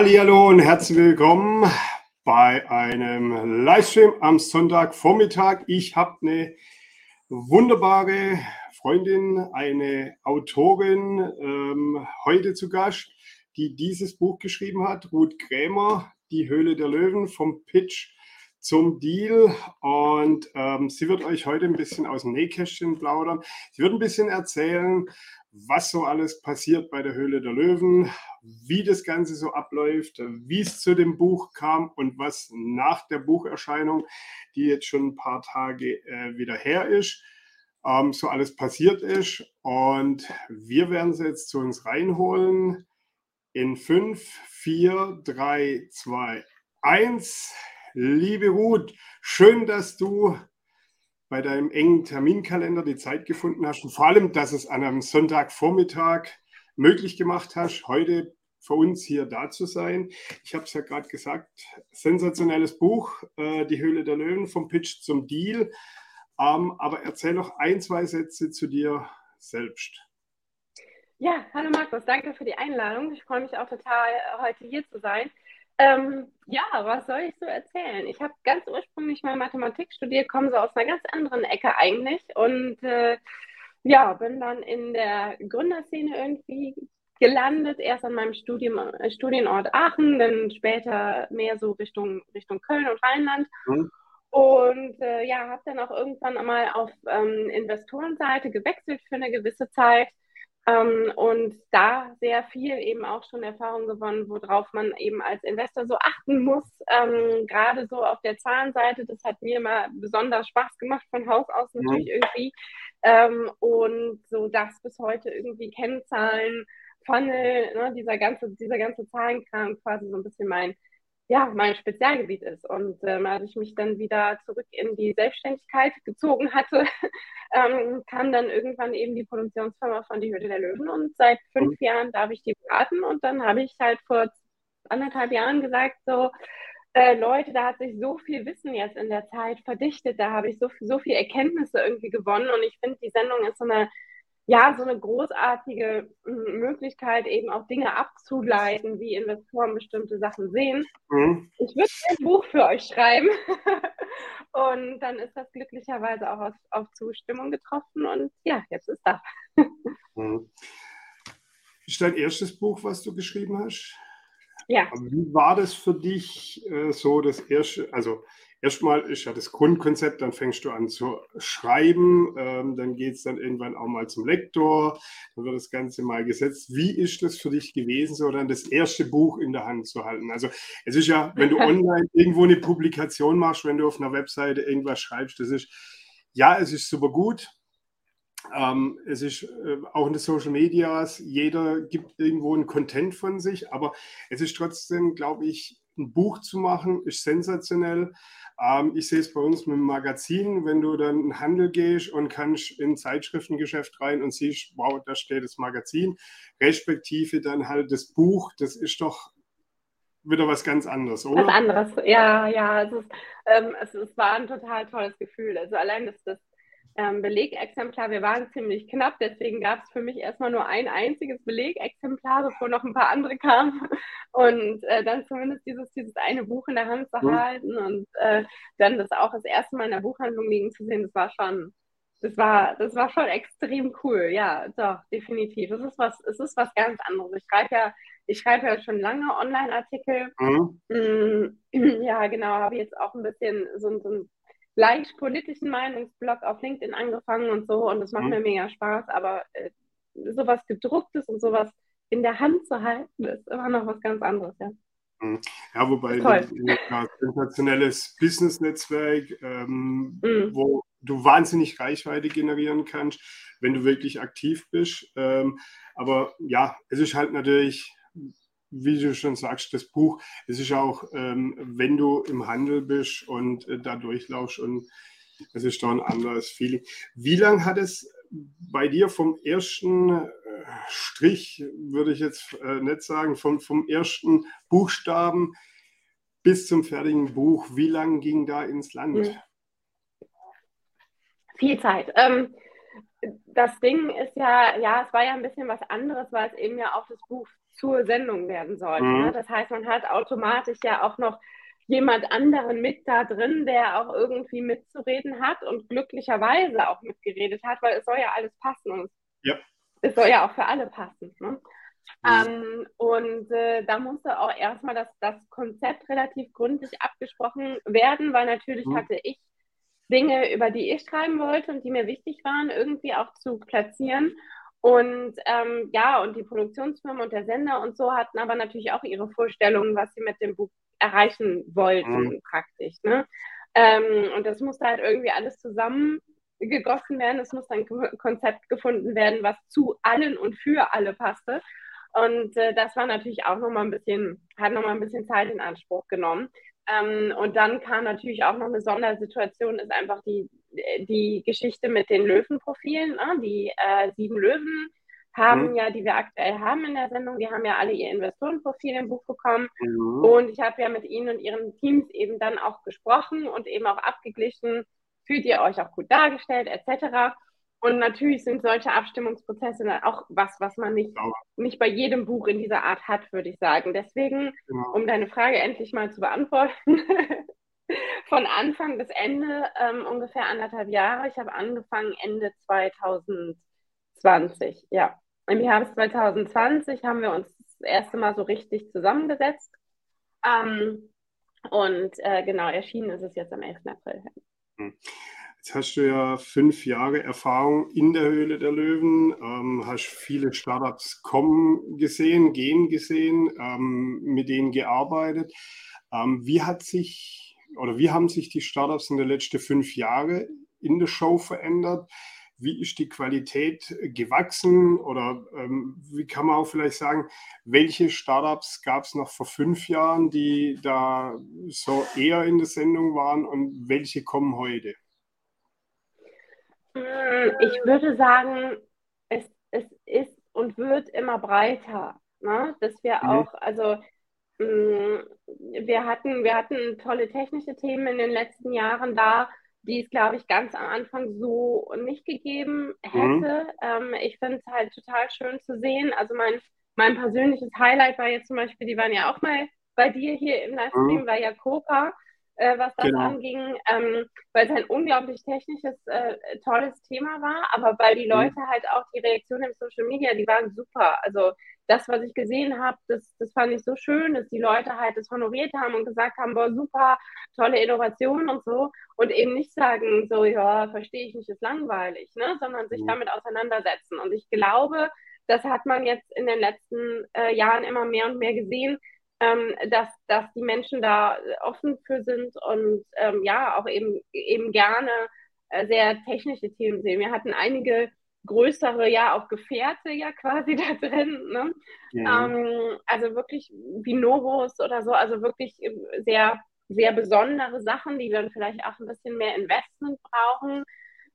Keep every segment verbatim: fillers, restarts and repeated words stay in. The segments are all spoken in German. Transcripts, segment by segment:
Hallihallo und herzlich willkommen bei einem Livestream am Sonntagvormittag. Ich habe eine wunderbare Freundin, eine Autorin ähm, heute zu Gast, die dieses Buch geschrieben hat, Ruth Krämer, Die Höhle der Löwen, vom Pitch zum Deal. Und ähm, sie wird euch heute ein bisschen aus dem Nähkästchen plaudern. Sie wird ein bisschen erzählen, was so alles passiert bei der Höhle der Löwen, wie das Ganze so abläuft, wie es zu dem Buch kam und was nach der Bucherscheinung, die jetzt schon ein paar Tage äh, wieder her ist, ähm, so alles passiert ist. Und wir werden sie jetzt zu uns reinholen in fünf, vier, drei, zwei, eins. Liebe Ruth, schön, dass du bei deinem engen Terminkalender die Zeit gefunden hast und vor allem, dass es an einem Sonntagvormittag möglich gemacht hast, heute für uns hier da zu sein. Ich habe es ja gerade gesagt, sensationelles Buch, äh, Die Höhle der Löwen, vom Pitch zum Deal. Ähm, aber erzähl noch ein, zwei Sätze zu dir selbst. Ja, hallo Markus, danke für die Einladung. Ich freue mich auch total, heute hier zu sein. Ähm, ja, was soll ich so erzählen? Ich habe ganz ursprünglich mal Mathematik studiert, komme so aus einer ganz anderen Ecke eigentlich und äh, ja, bin dann in der Gründerszene irgendwie gelandet, erst an meinem Studium, äh, Studienort Aachen, dann später mehr so Richtung, Richtung Köln und Rheinland. Hm? Und äh, ja, habe dann auch irgendwann einmal auf ähm, Investorenseite gewechselt für eine gewisse Zeit. Ähm, und da sehr viel eben auch schon Erfahrung gewonnen, worauf man eben als Investor so achten muss. Ähm, gerade so auf der Zahlenseite, das hat mir immer besonders Spaß gemacht, von Haus aus natürlich Hm? irgendwie. Ähm, und so das bis heute irgendwie Kennzahlen, Funnel, ne, dieser ganze, dieser ganze Zahlenkram quasi so ein bisschen mein ja, mein Spezialgebiet ist. Und ähm, als ich mich dann wieder zurück in die Selbstständigkeit gezogen hatte, ähm, kam dann irgendwann eben die Produktionsfirma von Die Höhle der Löwen und seit Hm? fünf Jahren darf ich die beraten und dann habe ich halt vor anderthalb Jahren gesagt, so, äh, Leute, da hat sich so viel Wissen jetzt in der Zeit verdichtet, da habe ich so, so viel Erkenntnisse irgendwie gewonnen und ich finde, die Sendung ist so eine ja, so eine großartige m, Möglichkeit, eben auch Dinge abzuleiten, wie Investoren bestimmte Sachen sehen. Hm? Ich würde ein Buch für euch schreiben. Und dann ist das glücklicherweise auch auf, auf Zustimmung getroffen. Und ja, jetzt ist das. Hm. Ist dein erstes Buch, was du geschrieben hast? Ja. Aber wie war das für dich äh, so das erste, also erstmal ist ja das Grundkonzept, dann fängst du an zu schreiben, ähm, dann geht es dann irgendwann auch mal zum Lektor, dann wird das Ganze mal gesetzt. Wie ist das für dich gewesen, so dann das erste Buch in der Hand zu halten? Also es ist ja, wenn du online irgendwo eine Publikation machst, wenn du auf einer Webseite irgendwas schreibst, das ist, ja, es ist super gut. Ähm, es ist äh, auch in den Social Medias, jeder gibt irgendwo einen Content von sich, aber es ist trotzdem, glaube ich, ein Buch zu machen, ist sensationell. Ähm, ich sehe es bei uns mit dem Magazin, wenn du dann in den Handel gehst und kannst in ein Zeitschriftengeschäft rein und siehst, wow, da steht das Magazin, respektive dann halt das Buch, das ist doch wieder was ganz anderes, Was oder? anderes. Ja, ja, es, ist, ähm, es, es war ein total tolles Gefühl. Also allein das, das ähm, Belegexemplar, wir waren ziemlich knapp, deswegen gab es für mich erstmal nur ein einziges Belegexemplar, bevor noch ein paar andere kamen. Und äh, dann zumindest dieses, dieses eine Buch in der Hand zu Hm? halten und äh, dann das auch das erste Mal in der Buchhandlung liegen zu sehen, das war schon, das war, das war schon extrem cool. Ja, doch, definitiv. Es ist was, es ist was ganz anderes. Ich schreibe ja, ich schreibe ja schon lange Online-Artikel. Hm? Mm, ja, genau, habe jetzt auch ein bisschen so, so einen leicht politischen Meinungsblog auf LinkedIn angefangen und so und das macht Hm? mir mega Spaß, aber äh, sowas gedrucktes und sowas in der Hand zu halten, ist immer noch was ganz anderes, ja. Hm. Ja, wobei Ist toll. LinkedIn ist ein sensationelles Business-Netzwerk, ähm, Mm, wo du wahnsinnig Reichweite generieren kannst, wenn du wirklich aktiv bist. Ähm, aber ja, es ist halt natürlich, wie du schon sagst, das Buch, es ist auch, ähm, wenn du im Handel bist und äh, da durchlaufst und es ist doch ein anderes Feeling. Wie lange hat es bei dir vom ersten äh, Strich, würde ich jetzt äh, nicht sagen, vom, vom ersten Buchstaben bis zum fertigen Buch, wie lange ging da ins Land? mm. Viel Zeit. Ähm, das Ding ist ja, ja, es war ja ein bisschen was anderes, weil es eben ja auch das Buch zur Sendung werden sollte. Ne? Mhm. Das heißt, man hat automatisch ja auch noch jemand anderen mit da drin, der auch irgendwie mitzureden hat und glücklicherweise auch mitgeredet hat, weil es soll ja alles passen und Ja. es soll ja auch für alle passen. Ne? Mhm. Ähm, und äh, da musste auch erstmal das, das Konzept relativ gründlich abgesprochen werden, weil natürlich Mhm. hatte ich Dinge, über die ich schreiben wollte und die mir wichtig waren, irgendwie auch zu platzieren. Und ähm, ja, und die Produktionsfirma und der Sender und so hatten aber natürlich auch ihre Vorstellungen, was sie mit dem Buch erreichen Mhm. wollten, praktisch. Ne? Ähm, und das musste halt irgendwie alles zusammengegossen werden. Es musste ein Konzept gefunden werden, was zu allen und für alle passte. Und äh, das war natürlich auch nochmal ein bisschen, hat nochmal ein bisschen Zeit in Anspruch genommen. Ähm, und dann kam natürlich auch noch eine Sondersituation, ist einfach die, die Geschichte mit den Löwenprofilen. Ne? Die äh, sieben Löwen haben Mhm. ja, die wir aktuell haben in der Sendung, die haben ja alle ihr Investorenprofil im Buch bekommen. Mhm. Und ich habe ja mit ihnen und ihren Teams eben dann auch gesprochen und eben auch abgeglichen, fühlt ihr euch auch gut dargestellt, et cetera. Und natürlich sind solche Abstimmungsprozesse dann auch was, was man nicht, Aber, nicht bei jedem Buch in dieser Art hat, würde ich sagen. Deswegen, genau. um deine Frage endlich mal zu beantworten, von Anfang bis Ende ähm, ungefähr anderthalb Jahre. Ich habe angefangen Ende zwanzig zwanzig, ja. Im Herbst zwanzig zwanzig haben wir uns das erste Mal so richtig zusammengesetzt. Ähm, und äh, genau, erschienen ist es jetzt am elften April. Mhm. Jetzt hast du ja fünf Jahre Erfahrung in der Höhle der Löwen, ähm, hast viele Startups kommen gesehen, gehen gesehen, ähm, mit denen gearbeitet. Ähm, wie hat sich oder wie haben sich die Startups in den letzten fünf Jahren in der Show verändert? Wie ist die Qualität gewachsen? Oder ähm, wie kann man auch vielleicht sagen, welche Startups gab es noch vor fünf Jahren, die da so eher in der Sendung waren und welche kommen heute? Mm, Ich würde sagen, es, es ist und wird immer breiter, ne? Dass wir Mhm. auch, also mm, wir hatten, wir hatten tolle technische Themen in den letzten Jahren da, die es, glaube ich, ganz am Anfang so nicht gegeben Mhm. hätte. Ähm, ich finde es halt total schön zu sehen. Also mein, mein persönliches Highlight war jetzt zum Beispiel, die waren ja auch mal bei dir hier im Mhm. Livestream, war ja Coca, äh, was das Genau. anging. Ähm, weil es ein unglaublich technisches, äh, tolles Thema war, aber weil die Mhm. Leute halt auch die Reaktionen im Social Media, die waren super. Also das, was ich gesehen habe, das, das fand ich so schön, dass die Leute halt das honoriert haben und gesagt haben, boah, super, tolle Innovation und so. Und eben nicht sagen, so, ja, verstehe ich nicht, ist langweilig, ne? Sondern sich Mhm. damit auseinandersetzen. Und ich glaube, das hat man jetzt in den letzten äh, Jahren immer mehr und mehr gesehen, ähm, dass, dass die Menschen da offen für sind und ähm, ja, auch eben, eben gerne äh, sehr technische Themen sehen. Wir hatten einige größere, ja, auch Gefährte ja quasi da drin. Ne? Mhm. Ähm, also wirklich wie Novos oder so, also wirklich sehr, sehr besondere Sachen, die dann vielleicht auch ein bisschen mehr Investment brauchen.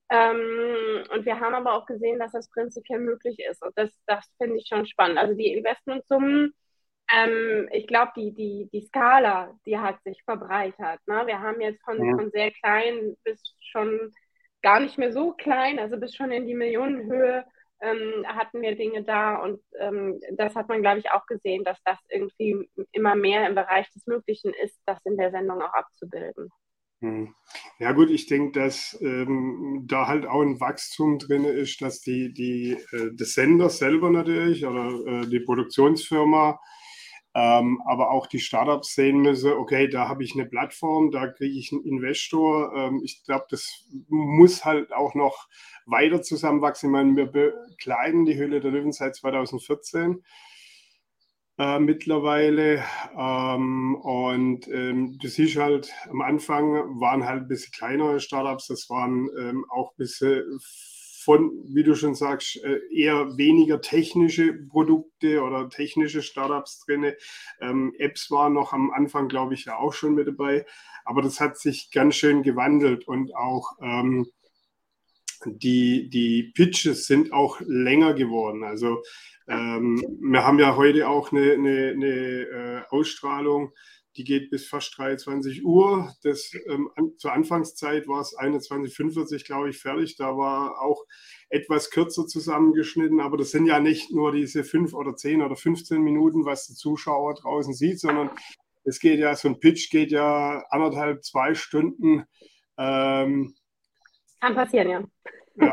Ähm, und wir haben aber auch gesehen, dass das prinzipiell möglich ist. Und das, das finde ich schon spannend. Also die Investmentsummen, ähm, ich glaube, die, die, die Skala, die hat sich verbreitert. Ne? Wir haben jetzt von, Mhm. von sehr klein bis schon gar nicht mehr so klein, also bis schon in die Millionenhöhe ähm, hatten wir Dinge da. Und ähm, das hat man, glaube ich, auch gesehen, dass das irgendwie immer mehr im Bereich des Möglichen ist, das in der Sendung auch abzubilden. Mhm. Ja gut, ich denke, dass ähm, da halt auch ein Wachstum drin ist, dass die, die, äh, der Sender selber natürlich oder äh, die Produktionsfirma, ähm, aber auch die Startups sehen müssen, okay, da habe ich eine Plattform, da kriege ich einen Investor. Ähm, ich glaube, das muss halt auch noch weiter zusammenwachsen. Ich meine, wir bekleiden die Höhle der Löwen seit zwanzig vierzehn. Äh, mittlerweile. Ähm, und ähm, du siehst halt, am Anfang waren halt ein bisschen kleinere Startups, das waren ähm, auch ein bisschen von, wie du schon sagst, äh, eher weniger technische Produkte oder technische Startups drin. Ähm, Apps waren noch am Anfang, glaube ich, ja auch schon mit dabei, aber das hat sich ganz schön gewandelt und auch ähm, die, die Pitches sind auch länger geworden. Also ähm, wir haben ja heute auch eine, eine, eine äh, Ausstrahlung, die geht bis fast dreiundzwanzig Uhr. Das, ähm, an, zur Anfangszeit war es einundzwanzig Uhr fünfundvierzig, glaube ich, fertig. Da war auch etwas kürzer zusammengeschnitten, aber das sind ja nicht nur diese fünf oder zehn oder fünfzehn Minuten, was der Zuschauer draußen sieht, sondern es geht ja, so ein Pitch geht ja anderthalb, zwei Stunden. Ähm, Kann passieren, ja. ja,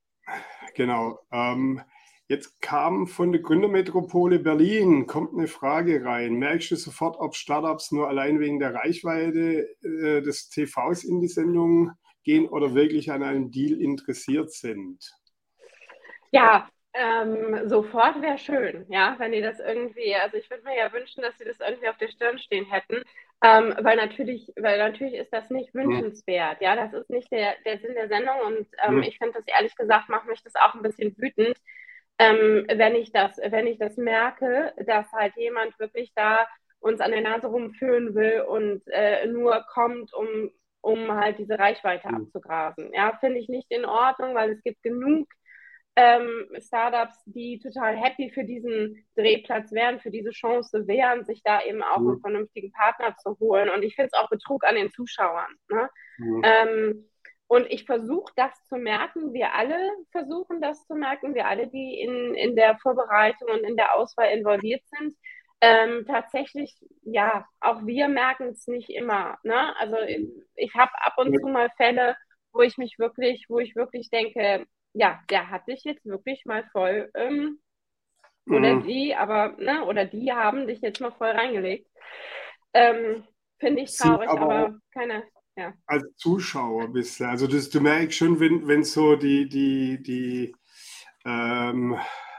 genau. Ähm, jetzt kam von der Gründermetropole Berlin, kommt eine Frage rein. Merkst du sofort, ob Startups nur allein wegen der Reichweite äh, des T Vs in die Sendung gehen oder wirklich an einem Deal interessiert sind? Ja, ähm, sofort wäre schön, ja, wenn die das irgendwie, also ich würde mir ja wünschen, dass sie das irgendwie auf der Stirn stehen hätten, ähm, weil natürlich, weil natürlich ist das nicht Hm, wünschenswert, ja, das ist nicht der, der Sinn der Sendung und ähm, hm, ich finde das ehrlich gesagt, macht mich das auch ein bisschen wütend, ähm, wenn ich das, wenn ich das merke, dass halt jemand wirklich da uns an der Nase rumführen will und äh, nur kommt, um, um halt diese Reichweite hm, abzugrasen. Ja, finde ich nicht in Ordnung, weil es gibt genug ähm, Startups, die total happy für diesen Drehplatz wären, für diese Chance wären, sich da eben auch einen hm, vernünftigen Partner zu holen. Und ich finde es auch Betrug an den Zuschauern. Ne? hm, Ähm, und ich versuche das zu merken. Wir alle versuchen das zu merken. Wir alle, die in, in der Vorbereitung und in der Auswahl involviert sind. Ähm, tatsächlich, ja, auch wir merken es nicht immer. Ne? Also ich, ich habe ab und zu mal Fälle, wo ich mich wirklich, wo ich wirklich denke, ja, der hat dich jetzt wirklich mal voll, ähm, oder hm. die, aber, ne, oder die haben dich jetzt mal voll reingelegt. Ähm, Finde ich Sind traurig, aber auch aber keine, ja. als Zuschauer bist du. Also das, du merkst schon, wenn, wenn so die, die, die ähm,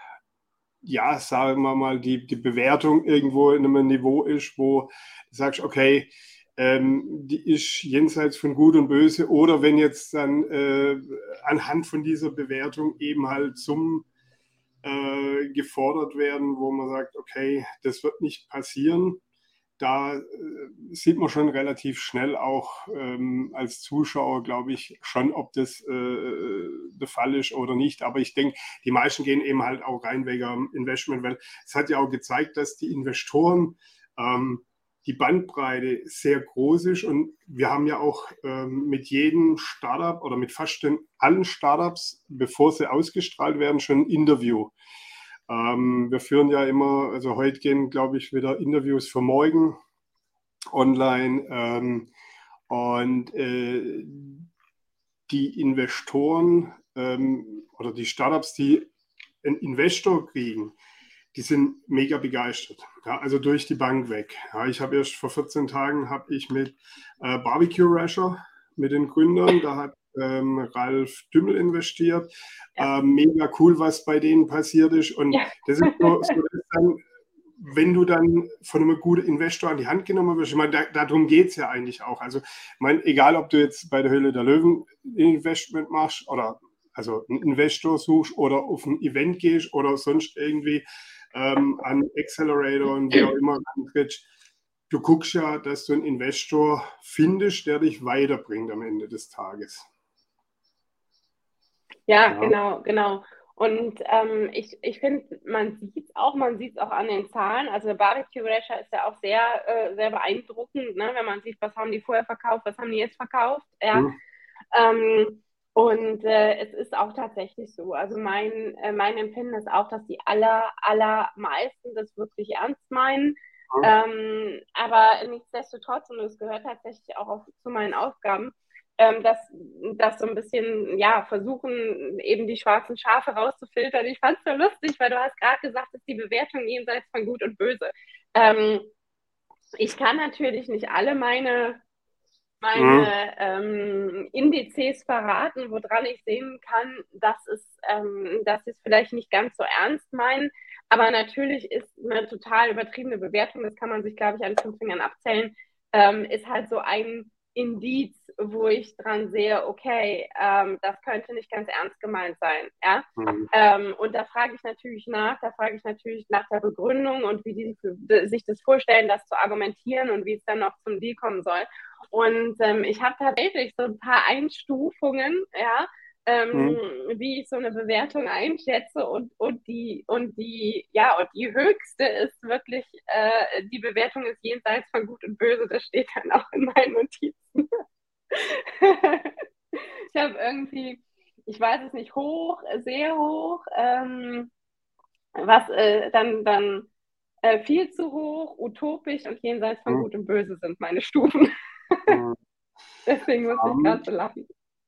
ja, sagen wir mal, die, die Bewertung irgendwo in einem Niveau ist, wo du sagst, okay, ähm, die ist jenseits von Gut und Böse, oder wenn jetzt dann äh, anhand von dieser Bewertung eben halt zum äh, gefordert werden, wo man sagt, okay, das wird nicht passieren. Da äh, sieht man schon relativ schnell auch ähm, als Zuschauer, glaube ich, schon, ob das äh, der Fall ist oder nicht. Aber ich denke, die meisten gehen eben halt auch rein wegen Investment, weil es hat ja auch gezeigt, dass die Investoren ähm, die Bandbreite sehr groß ist. Und wir haben ja auch ähm, mit jedem Startup oder mit fast den, allen Startups, bevor sie ausgestrahlt werden, schon ein Interview. Ähm, wir führen ja immer, also heute gehen, glaube ich, wieder Interviews für morgen online. Ähm, und äh, die Investoren ähm, oder die Startups, die einen Investor kriegen, die sind mega begeistert. Ja, also durch die Bank weg. Ja, ich habe erst vor vierzehn Tagen habe ich mit äh, Barbecue Rasher, mit den Gründern, da hat ähm, Ralf Dümmel investiert. Ja. Ähm, mega cool, was bei denen passiert ist. Und Ja. das ist so, so das dann, wenn du dann von einem guten Investor an die Hand genommen wirst, ich meine, da, darum geht es ja eigentlich auch. Also, ich meine, egal ob du jetzt bei der Höhle der Löwen ein Investment machst oder also einen Investor suchst oder auf ein Event gehst oder sonst irgendwie ähm, an Accelerator und wie auch immer antrittst, du guckst ja, dass du einen Investor findest, der dich weiterbringt am Ende des Tages. Ja, Ja. genau, genau. Und ähm, ich, ich finde, man sieht es auch, man sieht es auch an den Zahlen. Also der Barbecue Rasher ist ja auch sehr, äh, sehr beeindruckend, ne? Wenn man sieht, was haben die vorher verkauft, was haben die jetzt verkauft. Ja. Hm. Ähm, und äh, es ist auch tatsächlich so. Also mein, äh, mein Empfinden ist auch, dass die aller, allermeisten das wirklich ernst meinen. Hm. Ähm, aber nichtsdestotrotz, und es gehört tatsächlich auch auf, zu meinen Aufgaben, ähm, dass, dass so ein bisschen, ja, versuchen, eben die schwarzen Schafe rauszufiltern. Ich fand es so lustig, weil du hast gerade gesagt, dass die Bewertung jenseits von Gut und Böse. Ähm, Ich kann natürlich nicht alle meine Hm. meine ähm, Indizes verraten, woran ich sehen kann, dass es, ähm, dass sie es vielleicht nicht ganz so ernst meinen. Aber natürlich ist eine total übertriebene Bewertung, das kann man sich, glaube ich, an fünf Fingern abzählen, ähm, ist halt so ein Indiz, wo ich dran sehe, okay, ähm, das könnte nicht ganz ernst gemeint sein. Ja? Hm. Ähm, und da frage ich natürlich nach, da frage ich natürlich nach der Begründung und wie die sich das vorstellen, das zu argumentieren und wie es dann noch zum Deal kommen soll. Und ähm, ich habe tatsächlich so ein paar Einstufungen, ja, ähm, Mhm. wie ich so eine Bewertung einschätze und, und die und die ja und die höchste ist wirklich äh, die Bewertung ist jenseits von Gut und Böse. Das steht dann auch in meinen Notizen. Ich habe irgendwie, ich weiß es nicht, hoch, sehr hoch, ähm, was äh, dann dann äh, viel zu hoch, utopisch und jenseits von Mhm. Gut und Böse sind meine Stufen. Mhm. Deswegen musste ich Ähm, gerade so lachen.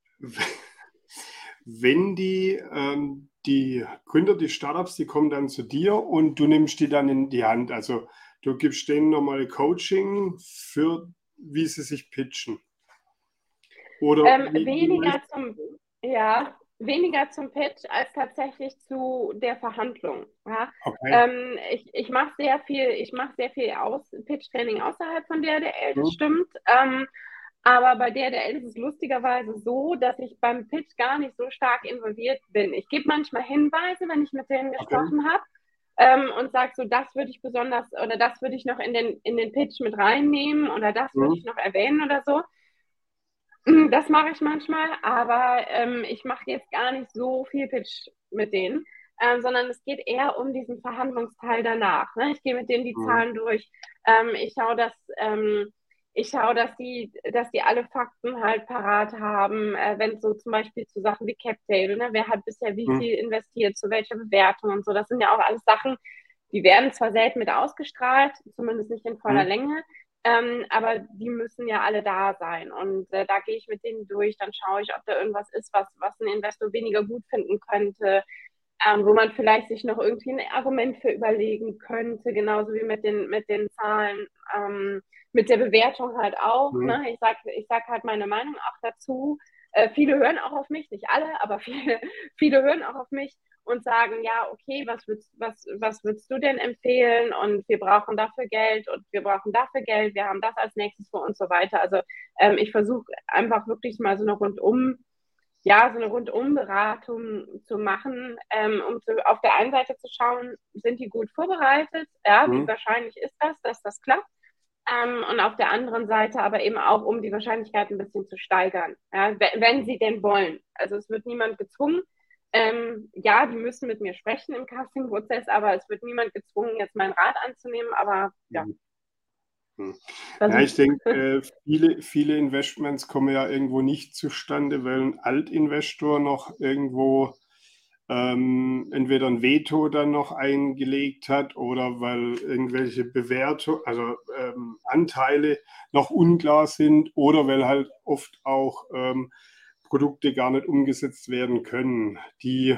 Wenn die, ähm, die Gründer, die Startups, die kommen dann zu dir und du nimmst die dann in die Hand. Also du gibst denen nochmal Coaching für, wie sie sich pitchen. Oder Ähm, wie, wie läuft weniger zum, ja, weniger zum Pitch als tatsächlich zu der Verhandlung. Ja? okay. Ähm, ich ich mache sehr viel, ich mache sehr viel aus, Pitch-Training außerhalb von D R D L, das Mhm. stimmt. Ähm, aber bei D R D L ist es lustigerweise so, dass ich beim Pitch gar nicht so stark involviert bin. Ich gebe manchmal Hinweise, wenn ich mit denen Okay. gesprochen habe. Ähm, und sage so, das würde ich besonders oder das würde ich noch in den, in den Pitch mit reinnehmen oder das würde ich Mhm. noch erwähnen oder so. Mm, Das mache ich manchmal, aber ähm, ich mache jetzt gar nicht so viel Pitch mit denen, ähm, sondern es geht eher um diesen Verhandlungsteil danach. Ne? Ich gehe mit denen die Mhm. Zahlen durch. Ähm, ich schaue, dass ähm, ich schaue, dass die, dass die alle Fakten halt parat haben. Äh, wenn so zum Beispiel zu Sachen wie Cap Table, ne? Wer hat bisher wie Mhm. viel investiert, zu welcher Bewertung und so. Das sind ja auch alles Sachen, die werden zwar selten mit ausgestrahlt, zumindest nicht in voller Mhm. Länge, ähm, aber die müssen ja alle da sein. Und äh, da gehe ich mit denen durch, dann schaue ich, ob da irgendwas ist, was, was ein Investor weniger gut finden könnte, ähm, wo man vielleicht sich noch irgendwie ein Argument für überlegen könnte, genauso wie mit den, mit den Zahlen, ähm, mit der Bewertung halt auch. Mhm. Ne? Ich sage ich sag halt meine Meinung auch dazu. Äh, viele hören auch auf mich, nicht alle, aber viele, viele hören auch auf mich und sagen, ja, okay, was würdest, was, was würdest du denn empfehlen? Und wir brauchen dafür Geld und wir brauchen dafür Geld, wir haben das als nächstes vor und so weiter. Also ähm, ich versuche einfach wirklich mal so eine rundum, ja, so eine Rundum-Beratung zu machen, ähm, um zu, auf der einen Seite zu schauen, sind die gut vorbereitet? Ja, wie Mhm. wahrscheinlich ist das, dass das klappt? Ähm, und auf der anderen Seite aber eben auch, um die Wahrscheinlichkeit ein bisschen zu steigern, ja, wenn sie denn wollen. Also es wird niemand gezwungen. Ähm, ja, die müssen mit mir sprechen im Casting-Prozess, aber es wird niemand gezwungen, jetzt meinen Rat anzunehmen. Aber ja, Mhm. Mhm. Ja, versuch. ich denke, äh, viele, viele Investments kommen ja irgendwo nicht zustande, weil ein Altinvestor noch irgendwo ähm, entweder ein Veto dann noch eingelegt hat oder weil irgendwelche Bewertungen, also ähm, Anteile noch unklar sind oder weil halt oft auch ähm, Produkte gar nicht umgesetzt werden können, die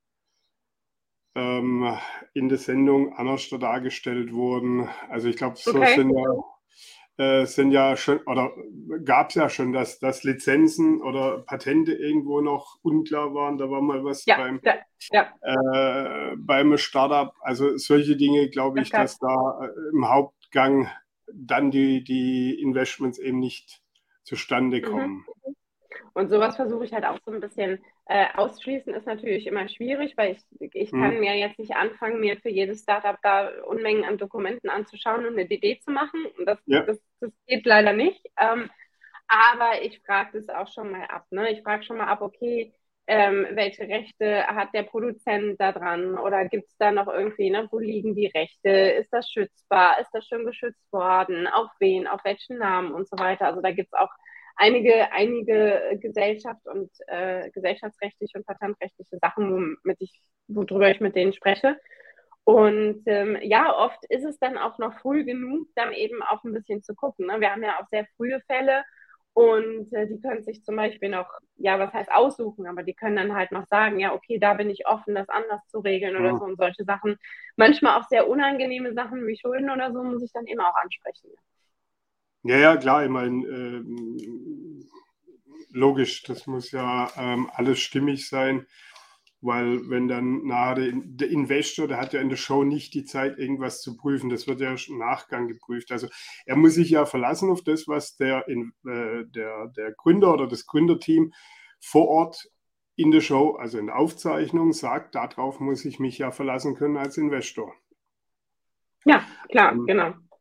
ähm, in der Sendung anders dargestellt wurden. Also ich glaube, so Okay. sind ja, äh, sind ja schon, oder gab es ja schon, dass, dass Lizenzen oder Patente irgendwo noch unklar waren. Da war mal was Ja, beim, ja, ja, äh, beim Startup. Also solche Dinge, glaube das ich, gab's. dass da äh, im Hauptgang dann die, die Investments eben nicht zustande Mhm. kommen. Und sowas versuche ich halt auch so ein bisschen äh, ausschließen, ist natürlich immer schwierig, weil ich, ich kann Hm, mir jetzt nicht anfangen, mir für jedes Startup da Unmengen an Dokumenten anzuschauen und eine D D zu machen. Und das, ja. das, das geht leider nicht. Ähm, aber ich frage das auch schon mal ab. Ne? Ich frage schon mal ab, okay, ähm, welche Rechte hat der Produzent da dran? Oder gibt es da noch irgendwie, ne, wo liegen die Rechte? Ist das schützbar? Ist das schon geschützt worden? Auf wen? Auf welchen Namen und so weiter? Also da gibt es auch einige, einige Gesellschaft und äh, gesellschaftsrechtliche und patentrechtliche Sachen, womit ich, worüber ich mit denen spreche. Und ähm, ja, oft ist es dann auch noch früh genug, dann eben auch ein bisschen zu gucken. Ne? Wir haben ja auch sehr frühe Fälle und äh, die können sich zum Beispiel noch, ja, was heißt aussuchen, aber die können dann halt noch sagen, ja, okay, da bin ich offen, das anders zu regeln oder Hm. so und solche Sachen. Manchmal auch sehr unangenehme Sachen wie Schulden oder so muss ich dann eben auch ansprechen. Ja, ja, klar, ich meine, ähm, logisch, das muss ja ähm, alles stimmig sein, weil wenn dann nahe der, der Investor, der hat ja in der Show nicht die Zeit, irgendwas zu prüfen, das wird ja im Nachgang geprüft. Also er muss sich ja verlassen auf das, was der, in, äh, der, der Gründer oder das Gründerteam vor Ort in der Show, also in der Aufzeichnung sagt, darauf muss ich mich ja verlassen können als Investor. Ja, klar, Ähm, genau.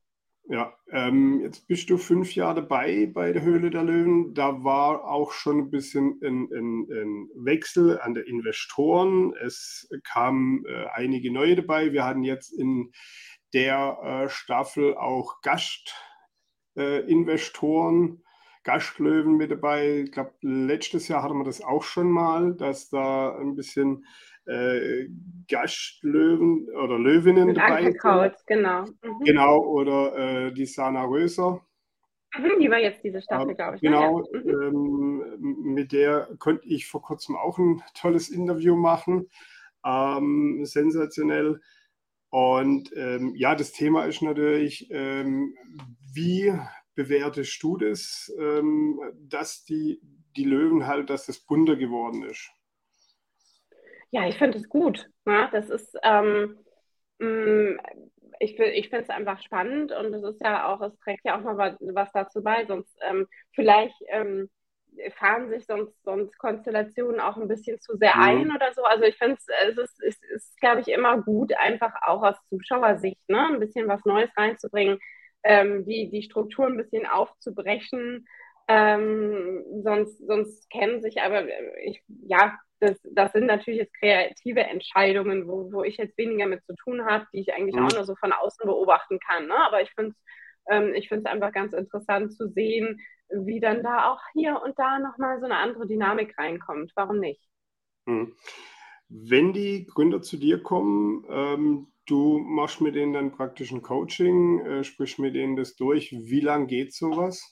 Ja, ähm, jetzt bist du fünf Jahre dabei bei der Höhle der Löwen. Da war auch schon ein bisschen ein, ein, ein Wechsel an der Investoren. Es kamen äh, einige neue dabei. Wir hatten jetzt in der äh, Staffel auch Gastinvestoren, äh, Gastlöwen mit dabei. Ich glaube, letztes Jahr hatten wir das auch schon mal, dass da ein bisschen äh, Gastlöwen oder Löwinnen Mit dabei sind. Ankerkraut, genau. Mhm. Genau, oder äh, die Sana Röser. Mhm, die war jetzt diese Staffel, Ähm, glaube ich, ne? Ja. genau, Mhm. ähm, mit der konnte ich vor kurzem auch ein tolles Interview machen. Ähm, sensationell. Und ähm, ja, das Thema ist natürlich, ähm, wie bewertest du das, ähm, dass die, die Löwen halt, dass das bunter geworden ist? Ja, ich finde es gut. Ne? Das ist, ähm, mh, ich, fi- ich finde es einfach spannend und es ist ja auch, es trägt ja auch mal was, was dazu bei, sonst ähm, vielleicht ähm, fahren sich sonst, sonst Konstellationen auch ein bisschen zu sehr Mhm. ein oder so. Also ich finde es, es ist, es ist, glaube ich, immer gut, einfach auch aus Zuschauersicht, ne, ein bisschen was Neues reinzubringen, ähm, die, die Struktur ein bisschen aufzubrechen. Ähm, sonst, sonst kennen sich aber, ich, ja, das, das sind natürlich jetzt kreative Entscheidungen, wo, wo ich jetzt weniger mit zu tun habe, die ich eigentlich auch Mhm. nur so von außen beobachten kann. Ne? Aber ich finde es ähm, ich finde es einfach ganz interessant zu sehen, wie dann da auch hier und da nochmal so eine andere Dynamik reinkommt. Warum nicht? Mhm. Wenn die Gründer zu dir kommen, ähm, du machst mit denen dann praktisch ein Coaching, äh, sprichst mit denen das durch. Wie lang geht sowas?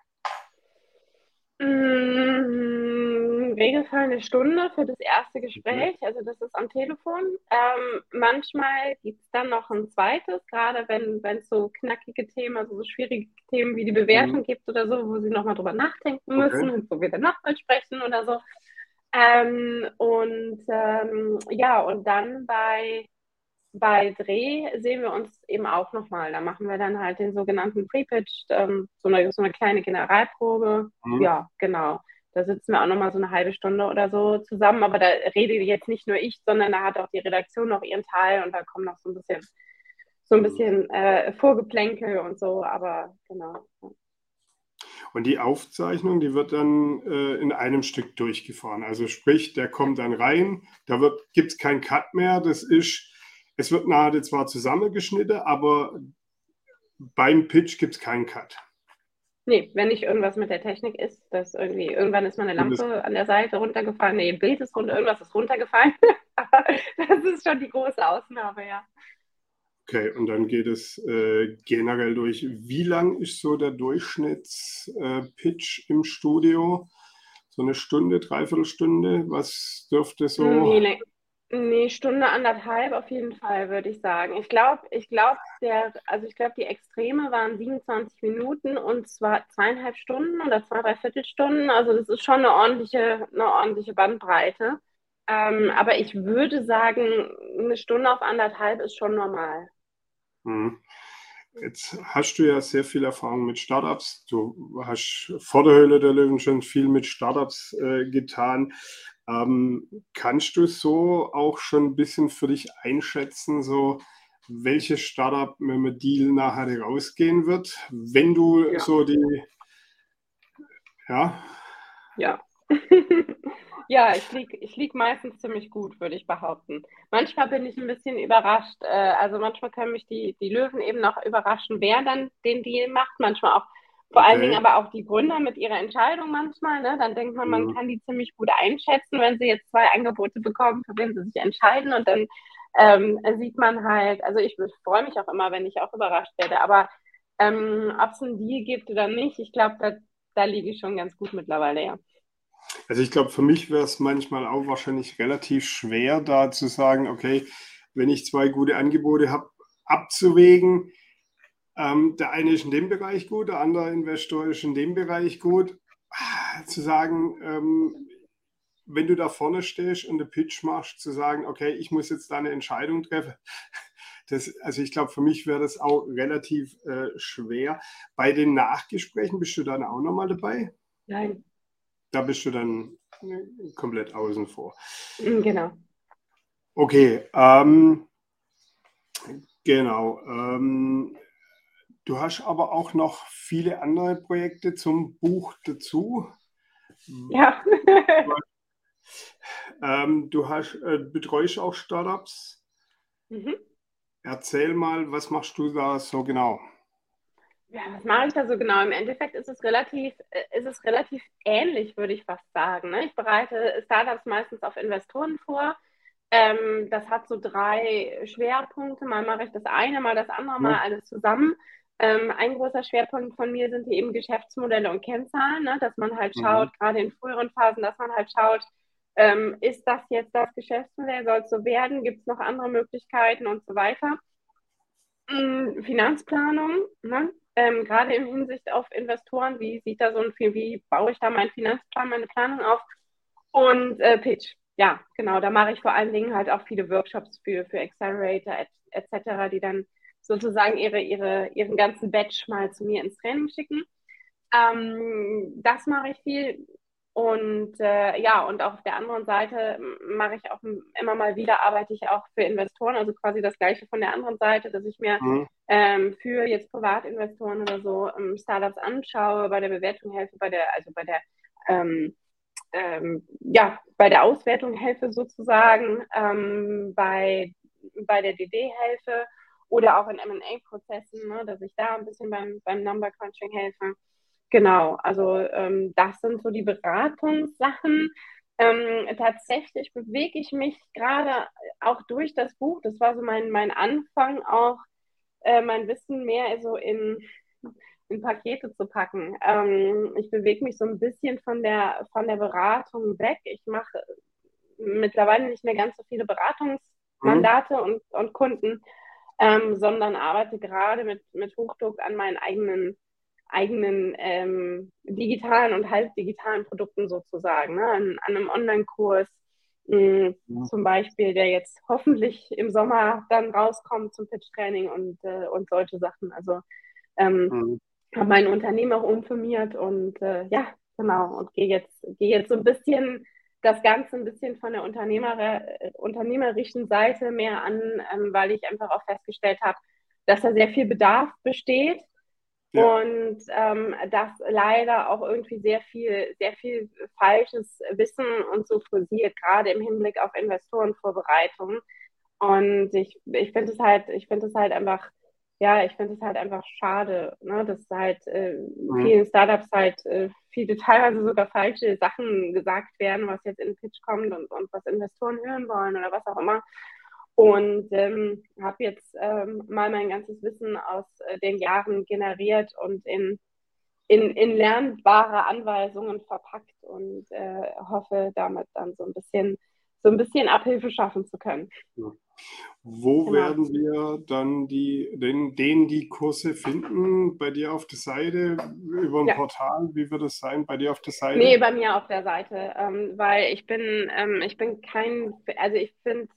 Mm, Regelfall eine Stunde für das erste Okay. Gespräch, also das ist am Telefon. Ähm, manchmal gibt es dann noch ein zweites, gerade wenn wenn es so knackige Themen, also so schwierige Themen wie die Mhm. Bewertung gibt oder so, wo sie nochmal drüber nachdenken Okay. müssen und wo wir dann nochmal sprechen oder so. Ähm, und ähm, ja, und dann bei bei Dreh sehen wir uns eben auch nochmal. Da machen wir dann halt den sogenannten Pre-Pitch, ähm, so, eine, so eine kleine Generalprobe. Mhm. Ja, genau. Da sitzen wir auch nochmal so eine halbe Stunde oder so zusammen. Aber da rede jetzt nicht nur ich, sondern da hat auch die Redaktion noch ihren Teil und da kommen noch so ein bisschen, so ein Mhm. bisschen äh, Vorgeplänkel und so. Aber genau. Und die Aufzeichnung, die wird dann äh, in einem Stück durchgefahren. Also sprich, der Ja. kommt dann rein, da gibt es keinen Cut mehr. Das ist, es wird nachher zwar zusammengeschnitten, aber beim Pitch gibt es keinen Cut. Nee, wenn nicht irgendwas mit der Technik ist, dass irgendwie, irgendwann ist mal eine Und das, Lampe an der Seite runtergefallen, nee, ein Bild ist runter, irgendwas ist runtergefallen. Aber das ist schon die große Ausnahme, ja. okay, und dann geht es äh, generell durch. Wie lang ist so der Durchschnittspitch äh, im Studio? So eine Stunde, dreiviertel Stunde? Was dürfte so? Nee, nee, nee, Stunde, anderthalb auf jeden Fall, würde ich sagen. Ich glaube, ich glaube, der, also ich glaube, die Extreme waren siebenundzwanzig Minuten und zwar zweieinhalb Stunden oder zwei, dreiviertel Stunden. Also das ist schon eine ordentliche, eine ordentliche Bandbreite. Ähm, aber ich würde sagen, eine Stunde auf anderthalb ist schon normal. Hm. Jetzt hast du ja sehr viel Erfahrung mit Startups. Du hast vor der Höhle der Löwen schon viel mit Startups äh, getan. Ähm, kannst du so auch schon ein bisschen für dich einschätzen, so welches Startup mit dem Deal nachher rausgehen wird? Wenn du Ja. so die, ja, Ja. Ja, ich lieg, ich lieg meistens ziemlich gut, würde ich behaupten. Manchmal bin ich ein bisschen überrascht. Äh, also manchmal können mich die, die Löwen eben noch überraschen, wer dann den Deal macht. Manchmal auch, vor allen Dingen okay. aber auch die Gründer mit ihrer Entscheidung manchmal. Ne? Dann denkt man, man Hm, kann die ziemlich gut einschätzen, wenn sie jetzt zwei Angebote bekommen, für wen sie sich entscheiden. Und dann ähm, sieht man halt, also ich freue mich auch immer, wenn ich auch überrascht werde. Aber ähm, ob es einen Deal gibt oder nicht, ich glaube, da, da liege ich schon ganz gut mittlerweile, ja. Also ich glaube, für mich wäre es manchmal auch wahrscheinlich relativ schwer, da zu sagen, okay, wenn ich zwei gute Angebote habe, abzuwägen. Ähm, der eine ist in dem Bereich gut, der andere Investor ist in dem Bereich gut. Zu sagen, ähm, wenn du da vorne stehst und den Pitch machst, zu sagen, okay, ich muss jetzt da eine Entscheidung treffen. Das, also ich glaube, für mich wäre das auch relativ äh, schwer. Bei den Nachgesprächen bist du dann auch nochmal dabei? Nein. Da bist du dann äh, komplett außen vor. Mm, genau. Okay, ähm, genau. Ähm, du hast aber auch noch viele andere Projekte zum Buch dazu. Ja. Ähm, du hast, äh, betreust auch Startups. Mhm. Erzähl mal, was machst du da so genau? Ja, was mache ich da so genau? Im Endeffekt ist es relativ, äh, ist es relativ ähnlich, würde ich fast sagen. Ne? Ich bereite Startups meistens auf Investoren vor. Ähm, das hat so drei Schwerpunkte. Mal mache ich das eine, mal das andere, mal Ja. alles zusammen. Ähm, ein großer Schwerpunkt von mir sind eben Geschäftsmodelle und Kennzahlen, ne? Dass man halt Mhm. schaut, gerade in früheren Phasen, dass man halt schaut, ähm, ist das jetzt das Geschäftsmodell, soll es so werden, gibt es noch andere Möglichkeiten und so weiter. Mm, Finanzplanung, ne? Ähm, gerade in Hinsicht auf Investoren, wie sieht da so ein viel, wie baue ich da meinen Finanzplan, meine Planung auf? Und äh, Pitch, ja, genau, da mache ich vor allen Dingen halt auch viele Workshops für, für Accelerator et, et die dann sozusagen ihre, ihre, ihren ganzen Batch mal zu mir ins Training schicken. Ähm, das mache ich viel. Und äh, ja, und auch auf der anderen Seite mache ich auch immer mal wieder, arbeite ich auch für Investoren, also quasi das Gleiche von der anderen Seite, dass ich mir Mhm. ähm, für jetzt Privatinvestoren oder so ähm, Startups anschaue, bei der Bewertung helfe, bei der, also bei der ähm, ähm, ja, bei der Auswertung helfe sozusagen, ähm, bei, bei der D D helfe oder auch in M und A-Prozessen, ne, dass ich da ein bisschen beim, beim Number Crunching helfe. Genau, also ähm, das sind so die Beratungssachen. Ähm, tatsächlich bewege ich mich gerade auch durch das Buch. Das war so mein, mein Anfang auch, äh, mein Wissen mehr so in, in Pakete zu packen. Ähm, ich bewege mich so ein bisschen von der, von der Beratung weg. Ich mache mittlerweile nicht mehr ganz so viele Mhm. Beratungsmandate und, und Kunden, ähm, sondern arbeite gerade mit, mit Hochdruck an meinen eigenen eigenen ähm, digitalen und halbdigitalen Produkten sozusagen, ne? An, an einem Online-Kurs mh, Mhm. zum Beispiel, der jetzt hoffentlich im Sommer dann rauskommt zum Pitch-Training und, äh, und solche Sachen. Also ähm, Mhm. habe mein Unternehmen auch umfirmiert und äh, ja, genau, und gehe jetzt, gehe jetzt so ein bisschen das Ganze ein bisschen von der Unternehmer, äh, unternehmerischen Seite mehr an, ähm, weil ich einfach auch festgestellt habe, dass da sehr viel Bedarf besteht Ja. und ähm, dass leider auch irgendwie sehr viel, sehr viel falsches Wissen und so kursiert, gerade im Hinblick auf Investorenvorbereitungen. Und ich, ich finde es halt, ich finde es halt einfach, ja, ich finde es halt einfach schade, ne, dass halt äh, Mhm. vielen Startups halt äh, viele teilweise sogar falsche Sachen gesagt werden, was jetzt in den Pitch kommt und, und was Investoren hören wollen oder was auch immer. Und ähm, habe jetzt ähm, mal mein ganzes Wissen aus äh, den Jahren generiert und in, in, in lernbare Anweisungen verpackt und äh, hoffe damit dann so ein bisschen, so ein bisschen Abhilfe schaffen zu können. Ja. Wo Genau. werden wir dann die, den, den die Kurse finden? Bei dir auf der Seite, über ein Ja. Portal? Wie wird es sein bei dir auf der Nee, Seite? bei mir auf der Seite, ähm, weil ich bin, ähm, ich bin kein, also ich finde,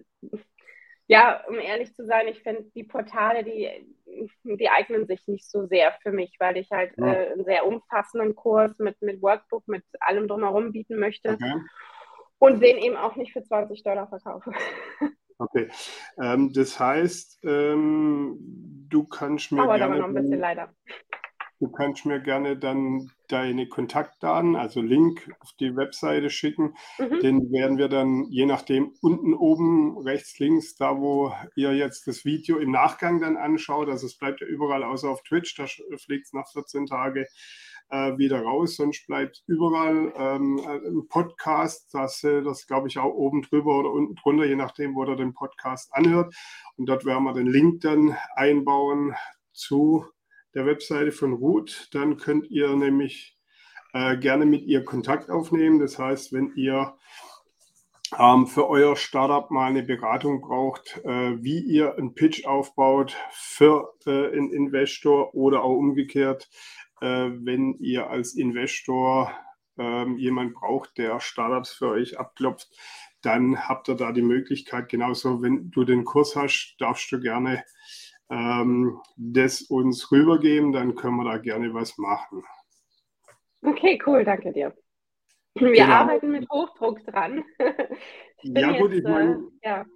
ja, um ehrlich zu sein, ich finde die Portale, die, die eignen sich nicht so sehr für mich, weil ich halt Mhm. äh, einen sehr umfassenden Kurs mit, mit Workbook, mit allem drumherum bieten möchte Okay. und den eben auch nicht für zwanzig Dollar verkaufe. Okay. Ähm, das heißt, ähm, du kannst mir Dauert aber gerne noch ein bisschen dann leider. Du kannst mir gerne dann deine Kontaktdaten, also Link auf die Webseite schicken. Mhm. Den werden wir dann je nachdem unten oben, rechts, links, da wo ihr jetzt das Video im Nachgang dann anschaut, also es bleibt ja überall außer auf Twitch, da fliegt es nach vierzehn Tagen äh, wieder raus, sonst bleibt überall ähm, ein Podcast, das, äh, das glaube ich auch oben drüber oder unten drunter, je nachdem, wo ihr den Podcast anhört. Und dort werden wir den Link dann einbauen zu der Webseite von Ruth. Dann könnt ihr nämlich äh, gerne mit ihr Kontakt aufnehmen. Das heißt, wenn ihr ähm, für euer Startup mal eine Beratung braucht, äh, wie ihr einen Pitch aufbaut für äh, einen Investor oder auch umgekehrt, äh, wenn ihr als Investor äh, jemand braucht, der Startups für euch abklopft, dann habt ihr da die Möglichkeit, genauso wenn du den Kurs hast, darfst du gerne ähm, das uns rübergeben, dann können wir da gerne was machen. Okay, cool, danke dir. Wir Genau. arbeiten mit Hochdruck dran. Ich bin Ja gut, jetzt, ich äh, meine, ja.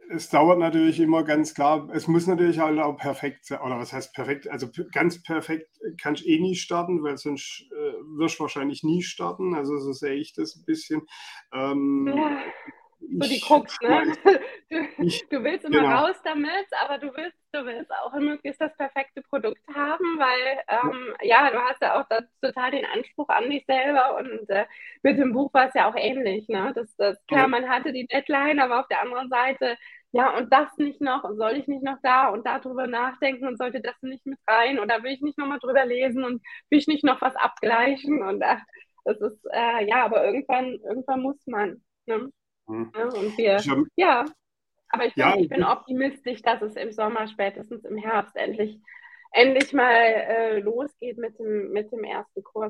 es dauert natürlich immer ganz klar, es muss natürlich halt auch perfekt sein, oder was heißt perfekt? Also p- ganz perfekt kannst du eh nie starten, weil sonst äh, wirst du wahrscheinlich nie starten. Also so sehe ich das ein bisschen. Ähm, Ja, so die ich Krux, ne? schmeiß, Du, ich, du willst immer genau. raus damit, aber du willst, du willst auch möglichst das perfekte Produkt haben, weil Ja, ähm, ja, du hast ja auch da total den Anspruch an dich selber und äh, mit dem Buch war es ja auch ähnlich, ne? Das, das, klar, ja, man hatte die Deadline, aber auf der anderen Seite, ja, und das nicht noch, und soll ich nicht noch da und darüber nachdenken und sollte das nicht mit rein oder will ich nicht nochmal drüber lesen und will ich nicht noch was abgleichen und ach, das ist, äh, ja, aber irgendwann, irgendwann muss man, ne? hm. Ja, und wir, ich hab, ja, aber ich bin, ja, ich bin optimistisch, dass es im Sommer, spätestens im Herbst, endlich, endlich mal äh, losgeht mit dem, mit dem ersten Kurs.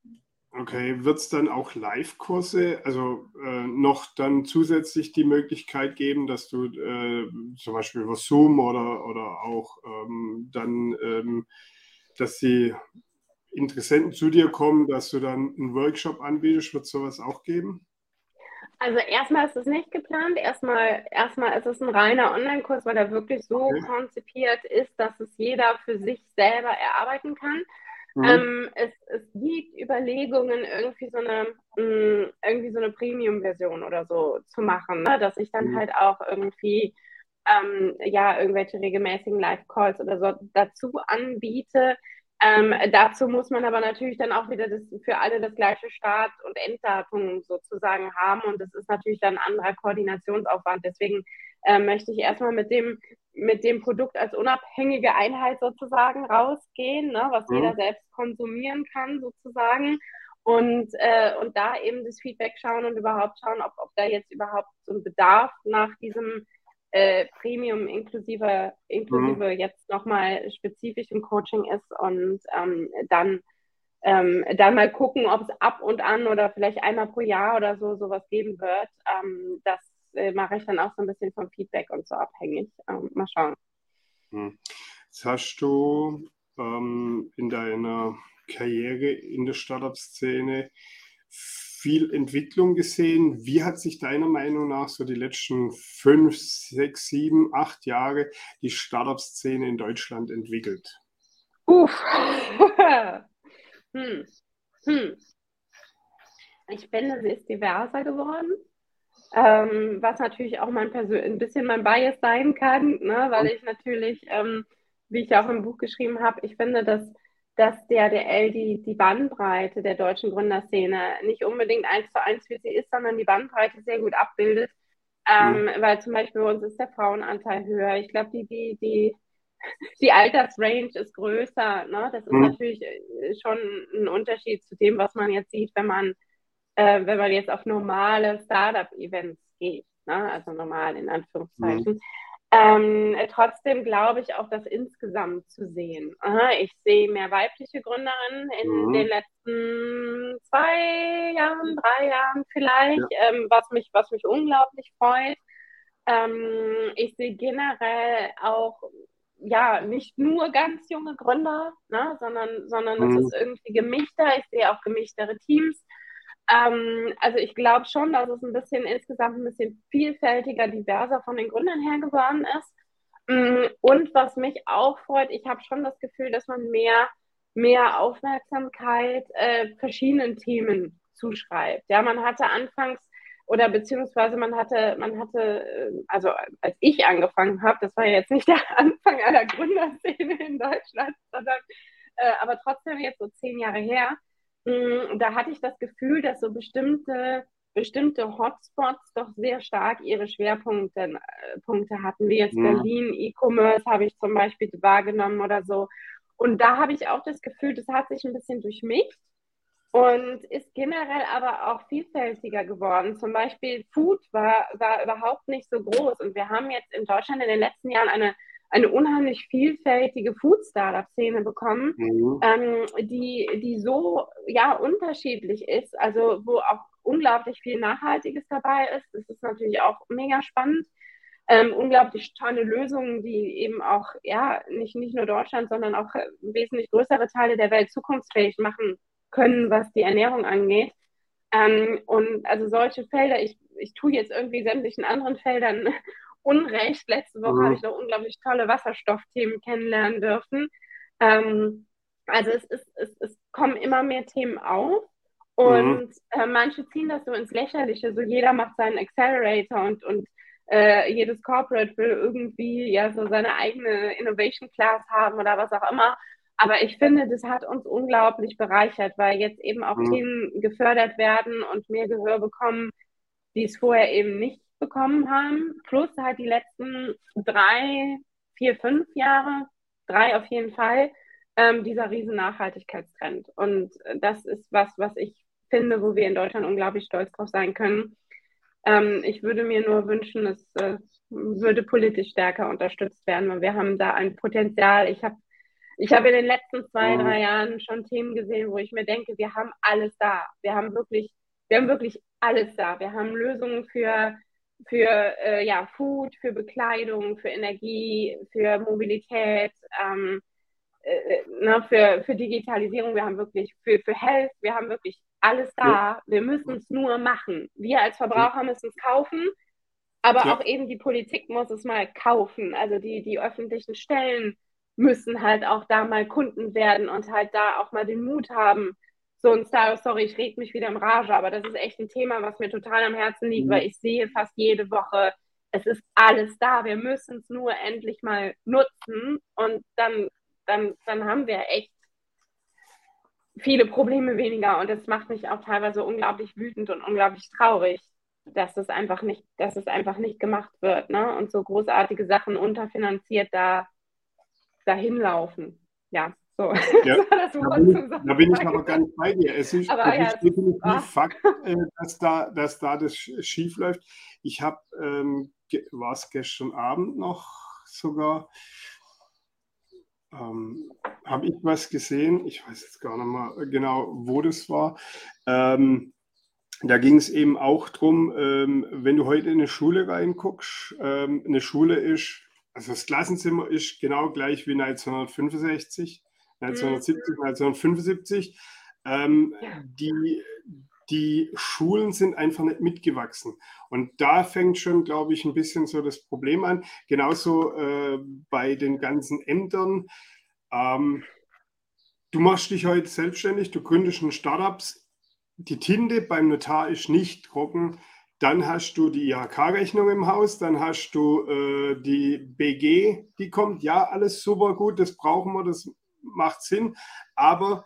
okay, wird es dann auch Live-Kurse, also äh, noch dann zusätzlich die Möglichkeit geben, dass du äh, zum Beispiel über Zoom oder, oder auch ähm, dann, ähm, dass die Interessenten zu dir kommen, dass du dann einen Workshop anbietest, wird es sowas auch geben? Also erstmal ist es nicht geplant. Erstmal, erstmal ist es ein reiner Online-Kurs, weil er wirklich so Okay. konzipiert ist, dass es jeder für sich selber erarbeiten kann. Mhm. Ähm, es, es gibt Überlegungen, irgendwie so eine, mh, irgendwie so eine Premium-Version oder so zu machen, ne? Dass ich dann Mhm. halt auch irgendwie ähm, ja, irgendwelche regelmäßigen Live-Calls oder so dazu anbiete. Ähm, dazu muss man aber natürlich dann auch wieder das, für alle das gleiche Start- und Enddatum sozusagen haben. Und das ist natürlich dann ein anderer Koordinationsaufwand. Deswegen äh, möchte ich erstmal mit dem, mit dem Produkt als unabhängige Einheit sozusagen rausgehen, ne, was jeder Mhm. selbst konsumieren kann sozusagen. Und, äh, und da eben das Feedback schauen und überhaupt schauen, ob, ob da jetzt überhaupt so ein Bedarf nach diesem äh, Premium inklusive, Mhm. inklusive jetzt nochmal spezifisch im Coaching ist und ähm, dann, ähm, dann mal gucken, ob es ab und an oder vielleicht einmal pro Jahr oder so sowas geben wird. Ähm, das äh, mache ich dann auch so ein bisschen vom Feedback und so abhängig. Ähm, mal schauen. Mhm. Jetzt hast du ähm, in deiner Karriere in der Startup-Szene viel Entwicklung gesehen. Wie hat sich deiner Meinung nach so die letzten fünf, sechs, sieben, acht Jahre die Startup-Szene in Deutschland entwickelt? Uff. hm. Hm. Ich finde, sie ist diverser geworden. Ähm, was natürlich auch mein Persön ein bisschen mein Bias sein kann, ne? Weil ich natürlich, ähm, wie ich ja auch im Buch geschrieben habe, ich finde, dass, dass der D L die, die Bandbreite der deutschen Gründerszene nicht unbedingt eins zu eins, wie sie ist, sondern die Bandbreite sehr gut abbildet. Mhm. Ähm, weil zum Beispiel bei uns ist der Frauenanteil höher. Ich glaube, die, die, die, die Altersrange ist größer. Ne? Das ist Mhm. natürlich äh, schon ein Unterschied zu dem, was man jetzt sieht, wenn man äh, wenn man jetzt auf normale Startup-Events geht, ne? Also normal in Mhm. Anführungszeichen. Ähm, trotzdem glaube ich auch, das insgesamt zu sehen. Aha, ich sehe mehr weibliche Gründerinnen in den Mhm. letzten zwei Jahren, drei Jahren vielleicht, Ja. ähm, was mich, was mich unglaublich freut. Ähm, ich sehe generell auch, ja, nicht nur ganz junge Gründer, ne, sondern, sondern es Mhm. ist irgendwie gemischter. Ich sehe auch gemischtere Teams. Ähm, also ich glaube schon, dass es ein bisschen insgesamt ein bisschen vielfältiger, diverser von den Gründern her geworden ist. Mm, Und was mich auch freut, ich habe schon das Gefühl, dass man mehr, mehr Aufmerksamkeit äh, verschiedenen Themen zuschreibt. Ja, man hatte anfangs oder beziehungsweise man hatte, man hatte, äh, also als ich angefangen habe, das war ja jetzt nicht der Anfang einer Gründerszene in Deutschland, sondern äh, aber trotzdem jetzt so zehn Jahre her, mh, da hatte ich das Gefühl, dass so bestimmte, bestimmte Hotspots doch sehr stark ihre Schwerpunkte äh, Punkte hatten, wie jetzt Mhm. Berlin, E-Commerce habe ich zum Beispiel wahrgenommen oder so. Und da habe ich auch das Gefühl, das hat sich ein bisschen durchmischt und ist generell aber auch vielfältiger geworden. Zum Beispiel Food war, war überhaupt nicht so groß. Und wir haben jetzt in Deutschland in den letzten Jahren eine, eine unheimlich vielfältige Food-Startup-Szene bekommen, Mhm. ähm, die, die so ja, unterschiedlich ist, also wo auch unglaublich viel Nachhaltiges dabei ist. Das ist natürlich auch mega spannend. Ähm, unglaublich tolle Lösungen, die eben auch ja nicht, nicht nur Deutschland, sondern auch äh, wesentlich größere Teile der Welt zukunftsfähig machen können, was die Ernährung angeht. Ähm, und also solche Felder, ich, ich tue jetzt irgendwie sämtlichen anderen Feldern Unrecht. Letzte Woche habe ich Mhm. noch unglaublich tolle Wasserstoffthemen kennenlernen dürfen. Ähm, also es, ist, es, es kommen immer mehr Themen auf Mhm. und äh, manche ziehen das so ins Lächerliche. So jeder macht seinen Accelerator und, und äh, jedes Corporate will irgendwie ja so seine eigene Innovation Class haben oder was auch immer. Aber ich finde, das hat uns unglaublich bereichert, weil jetzt eben auch Mhm. Themen gefördert werden und mehr Gehör bekommen, die es vorher eben nicht bekommen haben. Plus halt die letzten drei, vier, fünf Jahre, drei auf jeden Fall, ähm, dieser riesen Nachhaltigkeitstrend. Und das ist was, was ich finde, wo wir in Deutschland unglaublich stolz drauf sein können. Ähm, ich würde mir nur wünschen, es äh, würde politisch stärker unterstützt werden, weil wir haben da ein Potenzial. Ich habe ich habe in den letzten zwei, drei Mhm. Jahren schon Themen gesehen, wo ich mir denke, wir haben alles da. Wir haben wirklich, wir haben wirklich alles da. Wir haben Lösungen für, für äh, ja, Food, für Bekleidung, für Energie, für Mobilität, ähm, äh, ne, für, für Digitalisierung. Wir haben wirklich für, für Health, wir haben wirklich alles Ja. da. Wir müssen es nur machen. Wir als Ja. Verbraucher müssen es kaufen, aber auch Ja. eben die Politik muss es mal kaufen. Also die, die öffentlichen Stellen müssen halt auch da mal Kunden werden und halt da auch mal den Mut haben. So ein Star, sorry, ich rede mich wieder im Rage, aber das ist echt ein Thema, was mir total am Herzen liegt, weil Mhm. ich sehe fast jede Woche, es ist alles da. Wir müssen es nur endlich mal nutzen und dann, dann, dann haben wir echt viele Probleme weniger. Und das macht mich auch teilweise unglaublich wütend und unglaublich traurig, dass es einfach nicht, dass es einfach nicht gemacht wird, ne? Und so großartige Sachen unterfinanziert da dahin laufen. Ja, so, das Ja, war das da Wort bin ich, zum da bin ich Sonntag. aber ganz bei dir. Es ist, Aber es ja, ist es ist, oh, definitiv Fakt, äh, dass da, dass da das sch- schief läuft. Ich habe, ähm, ge- war es gestern Abend noch sogar, ähm, habe ich was gesehen. Ich weiß jetzt gar nicht mal genau, wo das war. Ähm, Da ging es eben auch drum, ähm, wenn du heute in eine Schule reinguckst, ähm, eine Schule ist, also das Klassenzimmer ist genau gleich wie neunzehnhundertfünfundsechzig, hm, neunzehnhundertsiebzig, neunzehnhundertfünfundsiebzig. Ähm, ja, die, die Schulen sind einfach nicht mitgewachsen. Und da fängt schon, glaube ich, ein bisschen so das Problem an. Genauso äh, bei den ganzen Ämtern. Ähm, Du machst dich heute selbstständig, du gründest ein Startups, die Tinte beim Notar ist nicht trocken, dann hast du die I H K-Rechnung im Haus, dann hast du äh, die B G, die kommt, ja, alles super gut, das brauchen wir, das macht Sinn, aber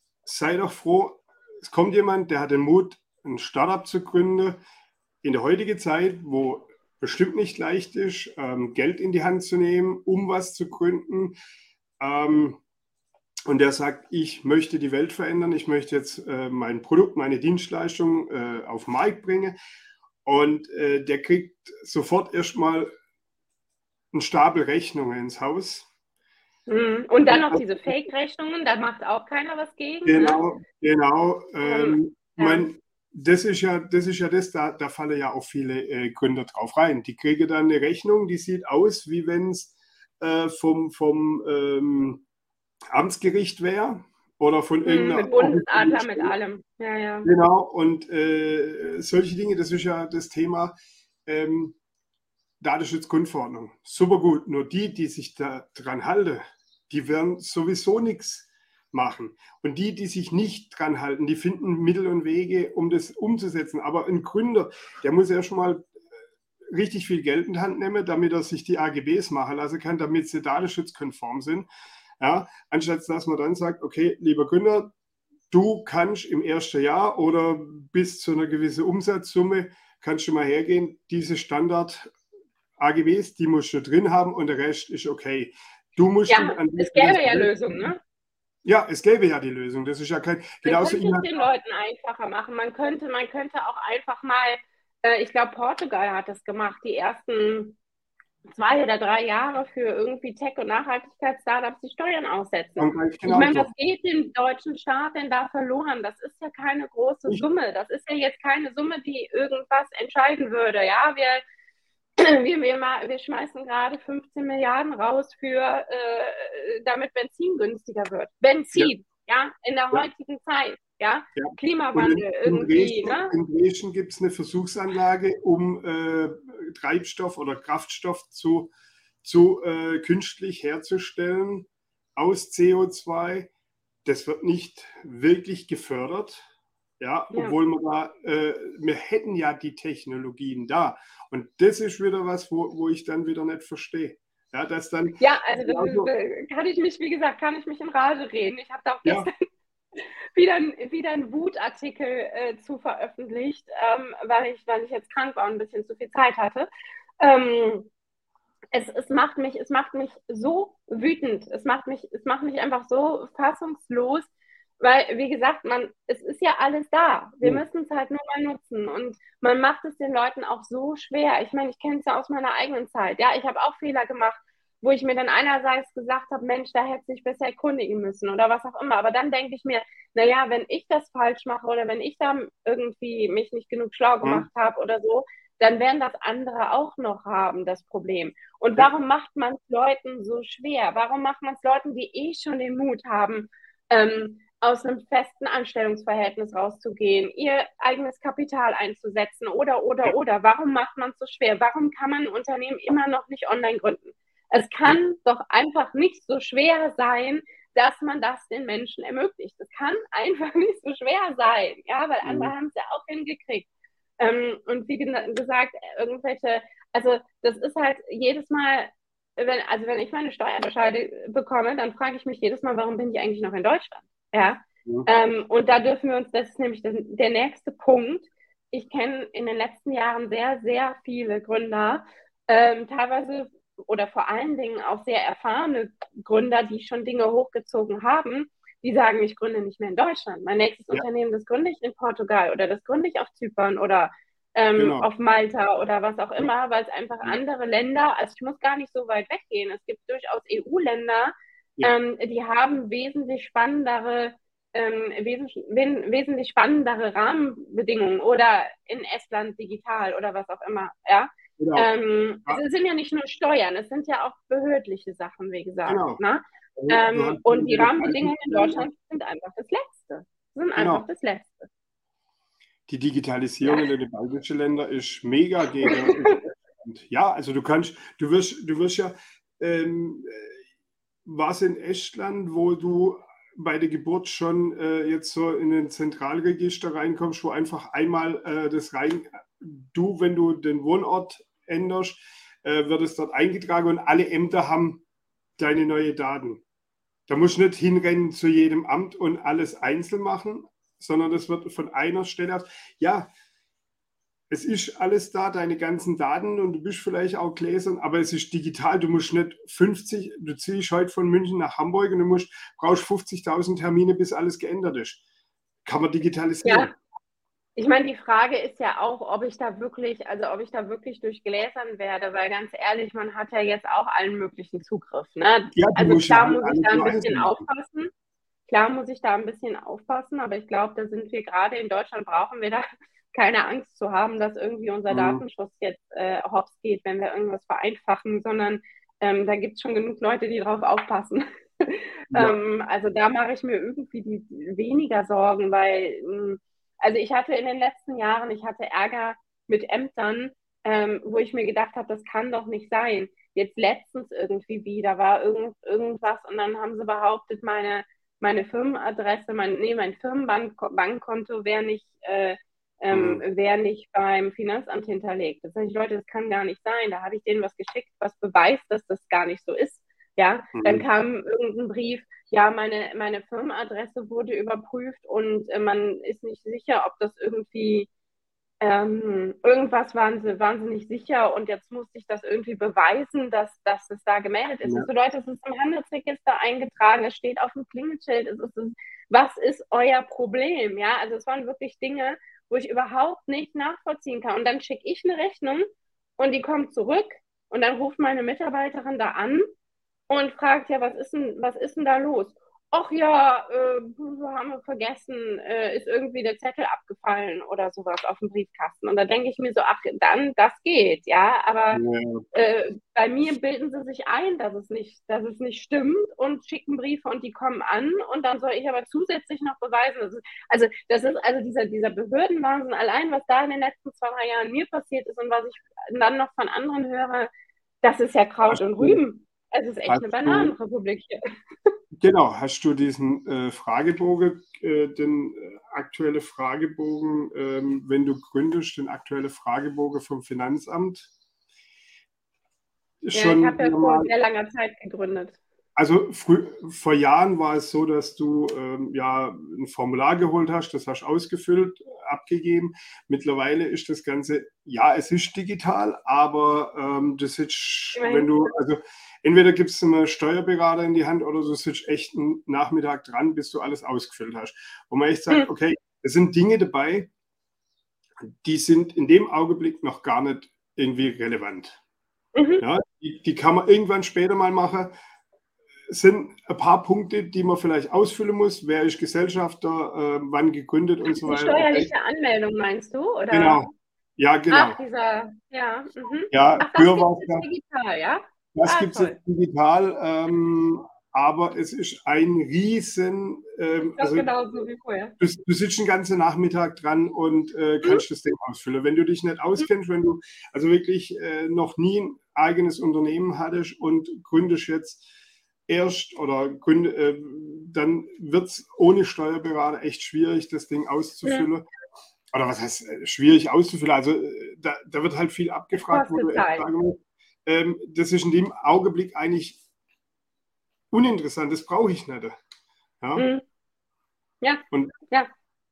sei doch froh, es kommt jemand, der hat den Mut, ein Startup zu gründen, in der heutigen Zeit, wo bestimmt nicht leicht ist, ähm, Geld in die Hand zu nehmen, um was zu gründen. Ähm, und der sagt, ich möchte die Welt verändern, ich möchte jetzt äh, mein Produkt, meine Dienstleistung äh, auf den Markt bringen. Und äh, der kriegt sofort erstmal einen Stapel Rechnungen ins Haus. hm. Und dann noch diese Fake-Rechnungen, da macht auch keiner was gegen, ne? Genau, genau. Ähm, Ähm, ja. mein, das ist ja, das ist ja das, da, da fallen ja auch viele äh, Gründer drauf rein. Die kriegen dann eine Rechnung, die sieht aus, wie wenn es äh, vom, vom ähm, Amtsgericht wäre oder von Hm, irgendeiner mit offiziellen Bundesadler, mit Stelle. allem. Ja, ja. Genau, und äh, solche Dinge, das ist ja das Thema ähm, Datenschutzgrundverordnung. Super gut, nur die, die sich da dran halten, die werden sowieso nichts machen. Und die, die sich nicht dran halten, die finden Mittel und Wege, um das umzusetzen. Aber ein Gründer, der muss erst mal richtig viel Geld in die Hand nehmen, damit er sich die A G Bs machen lassen kann, damit sie datenschutzkonform sind. Ja, anstatt dass man dann sagt, okay, lieber Gründer, du kannst im ersten Jahr oder bis zu einer gewissen Umsatzsumme kannst du mal hergehen, diese Standard-A G Bs, die musst du drin haben und der Rest ist okay. Du musst dich Ja, an es das gäbe ja Geld. Lösungen, ne? Ja, es gäbe ja die Lösung. Das ist ja kein. Man Genauso könnte es inhalt. den Leuten einfacher machen. Man könnte, man könnte auch einfach mal, äh, ich glaube, Portugal hat das gemacht, die ersten zwei oder drei Jahre für irgendwie Tech- und Nachhaltigkeits-Startups die Steuern aussetzen. Frankreich Ich meine, was genauso. geht dem deutschen Staat denn da verloren? Das ist ja keine große Ich, Summe. Das ist ja jetzt keine Summe, die irgendwas entscheiden würde. Ja, wir wir, wir, wir schmeißen gerade fünfzehn Milliarden raus für, äh, damit Benzin günstiger wird. ja, Benzin, ja, in der ja, heutigen Zeit, ja, ja. Und in, Klimawandel in irgendwie, Dresden, ne? in Dresden gibt es eine Versuchsanlage, um äh, Treibstoff oder Kraftstoff zu, zu äh, künstlich herzustellen aus C O zwei. Das wird nicht wirklich gefördert. Ja, Ja. obwohl wir da, äh, wir hätten ja die Technologien da. Und das ist wieder was, wo, wo ich dann wieder nicht verstehe. Ja, dass dann, Ja, also das also, ist, kann ich mich, wie gesagt, kann ich mich in Rage reden. Ich habe da auch ja, gestern wieder, ein- wieder einen Wutartikel äh, zu veröffentlicht, ähm, weil ich, weil ich jetzt krank war und ein bisschen zu viel Zeit hatte. Ähm, es, es macht mich, es macht mich so wütend. Es macht mich, es macht mich einfach so fassungslos, weil, wie gesagt, man, es ist ja alles da. Wir ja, müssen es halt nur mal nutzen. Und man macht es den Leuten auch so schwer. Ich meine, ich kenne es ja aus meiner eigenen Zeit. Ja, ich habe auch Fehler gemacht, wo ich mir dann einerseits gesagt habe, Mensch, da hätte ich besser erkundigen müssen oder was auch immer. Aber dann denke ich mir, naja, wenn ich das falsch mache oder wenn ich da irgendwie mich nicht genug schlau hm, gemacht habe oder so, dann werden das andere auch noch haben, das Problem. Und ja, warum macht man es Leuten so schwer? Warum macht man es Leuten, die eh schon den Mut haben, ähm, aus einem festen Anstellungsverhältnis rauszugehen, ihr eigenes Kapital einzusetzen oder, ja, oder, oder? Warum macht man es so schwer? Warum kann man ein Unternehmen immer noch nicht online gründen? Es ja, kann doch einfach nicht so schwer sein, dass man das den Menschen ermöglicht. Es kann einfach nicht so schwer sein, ja, weil andere hm, haben es ja auch hingekriegt. Ähm, und wie gesagt, irgendwelche, also das ist halt jedes Mal, wenn, also wenn ich meine Steuerbescheide bekomme, dann frage ich mich jedes Mal, warum bin ich eigentlich noch in Deutschland? Ja. hm, Ähm, und da dürfen wir uns, das ist nämlich das, der nächste Punkt. Ich kenne in den letzten Jahren sehr, sehr viele Gründer, ähm, teilweise oder vor allen Dingen auch sehr erfahrene Gründer, die schon Dinge hochgezogen haben, die sagen, ich gründe nicht mehr in Deutschland. Mein nächstes ja, Unternehmen, das gründe ich in Portugal oder das gründe ich auf Zypern oder ähm, genau. auf Malta oder was auch Ja, immer, weil es einfach ja, andere Länder, also ich muss gar nicht so weit weggehen. Es gibt durchaus E U-Länder, ja, ähm, die haben wesentlich spannendere, ähm, wesentlich, wesentlich spannendere Rahmenbedingungen oder in Estland digital oder was auch immer, ja. genau. Ähm, Ja, es sind ja nicht nur Steuern, es sind ja auch behördliche Sachen, wie gesagt. genau. Ne? Also, du Ähm, hast und die die Rahmenbedingungen in Baltenländer, Deutschland sind einfach das Letzte. Sind einfach genau. das Letzte. Die Ja, Digitalisierung in den baltischen Ländern ist mega gegen. Ja, also du kannst, du wirst, du wirst ja, ähm, was in Estland, wo du bei der Geburt schon äh, jetzt so in den Zentralregister reinkommst, wo einfach einmal äh, das rein, du, wenn du den Wohnort änderst, äh, wird es dort eingetragen und alle Ämter haben deine neue Daten. Da musst du nicht hinrennen zu jedem Amt und alles einzeln machen, sondern das wird von einer Stelle aus. Ja, es ist alles da, deine ganzen Daten und du bist vielleicht auch gläsern, aber es ist digital. Du musst nicht fünfzig, du ziehst heute von München nach Hamburg und du musst, brauchst fünfzigtausend Termine, bis alles geändert ist. Kann man ja, digitalisieren. ich meine, die Frage ist ja auch, ob ich da wirklich, also ob ich da wirklich durchgläsern werde, weil ganz ehrlich, man hat ja jetzt auch allen möglichen Zugriff. Ne? Ja, du Also musst ja klar halt muss ich alles da ein nur bisschen einzeln machen. aufpassen. Klar muss ich da ein bisschen aufpassen, aber ich glaube, da sind wir gerade in Deutschland, brauchen wir da keine Angst zu haben, dass irgendwie unser Mhm. Datenschutz jetzt äh, hops geht, wenn wir irgendwas vereinfachen, sondern ähm, da gibt es schon genug Leute, die drauf aufpassen. Ja, ähm, also da mache ich mir irgendwie die, weniger Sorgen, weil mh, also ich hatte in den letzten Jahren, ich hatte Ärger mit Ämtern, ähm, wo ich mir gedacht habe, das kann doch nicht sein. Jetzt letztens irgendwie wieder war irgend, irgendwas und dann haben sie behauptet, meine meine Firmenadresse, mein, nee, mein Firmenbankkonto wäre nicht, äh, ähm, mhm. wäre nicht beim Finanzamt hinterlegt. Das heißt, Leute, das kann gar nicht sein. Da habe ich denen was geschickt, was beweist, dass das gar nicht so ist. Ja, dann Mhm. kam irgendein Brief, ja, meine, meine Firmenadresse wurde überprüft und äh, man ist nicht sicher, ob das irgendwie ähm, irgendwas waren sie, waren sie nicht sicher und jetzt musste ich das irgendwie beweisen, dass, dass es da gemeldet ist. Ich Ja, so, Leute, es ist im Handelsregister eingetragen, es steht auf dem Klingelschild, es ist, was ist euer Problem? Ja, also es waren wirklich Dinge, wo ich überhaupt nicht nachvollziehen kann. Und dann schicke ich eine Rechnung und die kommt zurück und dann ruft meine Mitarbeiterin da an und fragt, ja, was ist denn, was ist denn da los? ach ja, äh, haben wir vergessen, äh, ist irgendwie der Zettel abgefallen oder sowas auf dem Briefkasten. Und da denke ich mir so, ach, dann, das geht, ja, aber Ja, äh, bei mir bilden sie sich ein, dass es nicht, dass es nicht stimmt und schicken Briefe und die kommen an und dann soll ich aber zusätzlich noch beweisen. Dass es, also das ist also dieser, dieser Behördenwahnsinn, allein was da in den letzten zwei, drei Jahren mir passiert ist und was ich dann noch von anderen höre, das ist ja Kraut hast und du, Rüben. Es ist echt eine hast du, Bananenrepublik hier. genau, hast du diesen äh, Fragebogen, äh, den äh, aktuelle Fragebogen, ähm, wenn du gründest, den aktuelle Fragebogen vom Finanzamt Ja, ich schon habe ja vor mal. sehr langer Zeit gegründet. Also früh, vor Jahren war es so, dass du ähm, ja ein Formular geholt hast, das hast ausgefüllt, abgegeben. Mittlerweile ist das Ganze, ja, es ist digital, aber ähm, das ist, wenn Immerhin. du, also entweder gibst du einen Steuerberater in die Hand oder du sitzt echt einen Nachmittag dran, bis du alles ausgefüllt hast. Wo man echt sagt, Hm. okay, es sind Dinge dabei, die sind in dem Augenblick noch gar nicht irgendwie relevant. Mhm. Ja, die, die kann man irgendwann später mal machen. Es sind ein paar Punkte, die man vielleicht ausfüllen muss. Wer ist Gesellschafter, äh, wann gegründet und so Die weiter. Okay, steuerliche Anmeldung meinst du, oder? genau. Ja, Ach, genau. dieser, ja. Mhm. Ja, Ach, das früher gibt war es es jetzt ja, digital, ja? das Ah, gibt es jetzt toll. digital, ähm, aber es ist ein riesen, Ist ähm, doch also genauso wie vorher. du, du sitzt den ganzen Nachmittag dran und äh, Mhm. kannst das Ding ausfüllen. Wenn du dich nicht Mhm. auskennst, wenn du also wirklich äh, noch nie ein eigenes Unternehmen hattest und gründest jetzt erst oder gründ, äh, dann wird es ohne Steuerberater echt schwierig, das Ding Mhm. auszufüllen. Oder was heißt äh, schwierig auszufüllen? Also äh, da, da wird halt viel Es abgefragt, wo du kostet echt Zeit. sagen musst, ähm, das ist in dem Augenblick eigentlich uninteressant, das brauche ich nicht. Ja? Mhm. Ja, Und ja,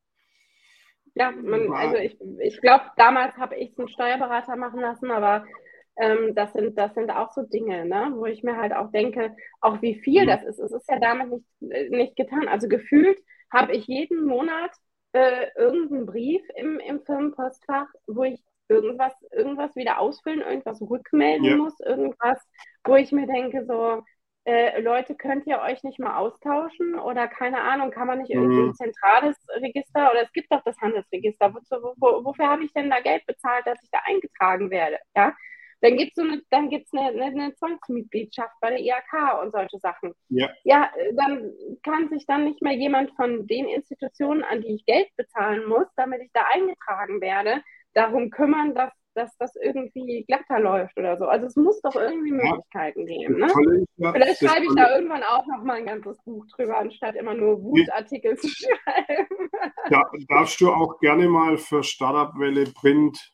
ja. Man, also war, ich, ich glaube, damals habe ich es einen Steuerberater machen lassen, aber ähm, das sind, das sind auch so Dinge, ne, wo ich mir halt auch denke, auch wie viel hm, das ist. Es ist ja damit nicht, äh, nicht getan. Also gefühlt habe ich jeden Monat äh, irgendeinen Brief im, im Firmenpostfach, wo ich irgendwas, irgendwas wieder ausfüllen, irgendwas rückmelden ja, muss, irgendwas, wo ich mir denke, so, äh, Leute, könnt ihr euch nicht mal austauschen oder keine Ahnung, kann man nicht irgendwie hm, ein zentrales Register oder es gibt doch das Handelsregister. Wozu, wo, wofür habe ich denn da Geld bezahlt, dass ich da eingetragen werde? Ja? Dann gibt es so eine, dann gibt's eine, eine, eine Zwangsmitgliedschaft bei der I H K und solche Sachen. ja. Ja, dann kann sich dann nicht mehr jemand von den Institutionen, an die ich Geld bezahlen muss, damit ich da eingetragen werde, darum kümmern, dass, dass das irgendwie glatter läuft oder so. Also es muss doch irgendwie Ja, Möglichkeiten das geben, ne? Tolle ist ja, Vielleicht das schreibe ich Tolle, da irgendwann auch noch mal ein ganzes Buch drüber, anstatt immer nur nee, Wutartikel zu schreiben. da darfst du auch gerne mal für Startup Welle Print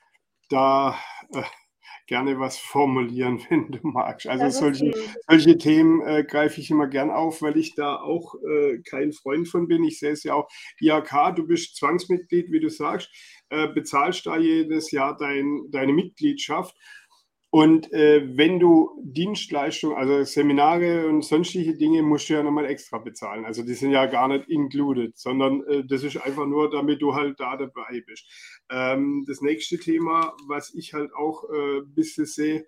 da äh, gerne was formulieren, wenn du magst. Also Das ist solche, ein, solche Themen äh, greife ich immer gern auf, weil ich da auch äh, kein Freund von bin. Ich sehe es ja auch, I H K, du bist Zwangsmitglied, wie du sagst, äh, bezahlst da jedes Jahr dein, deine Mitgliedschaft. Und äh, wenn du Dienstleistungen, also Seminare und sonstige Dinge, musst du ja nochmal extra bezahlen. Also die sind ja gar nicht included, sondern äh, das ist einfach nur, damit du halt da dabei bist. Ähm, das nächste Thema, was ich halt auch äh, ein bisschen sehe,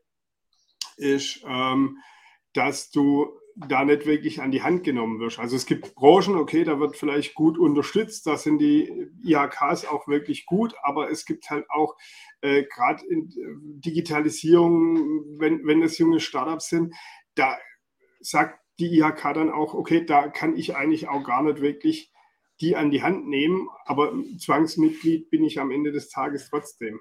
ist, ähm, dass du da nicht wirklich an die Hand genommen wirst. Also es gibt Branchen, okay, da wird vielleicht gut unterstützt, da sind die I H Ks auch wirklich gut, aber es gibt halt auch äh, gerade in äh, Digitalisierung, wenn, wenn es junge Startups sind, da sagt die I H K dann auch, okay, da kann ich eigentlich auch gar nicht wirklich die an die Hand nehmen, aber Zwangsmitglied bin ich am Ende des Tages trotzdem.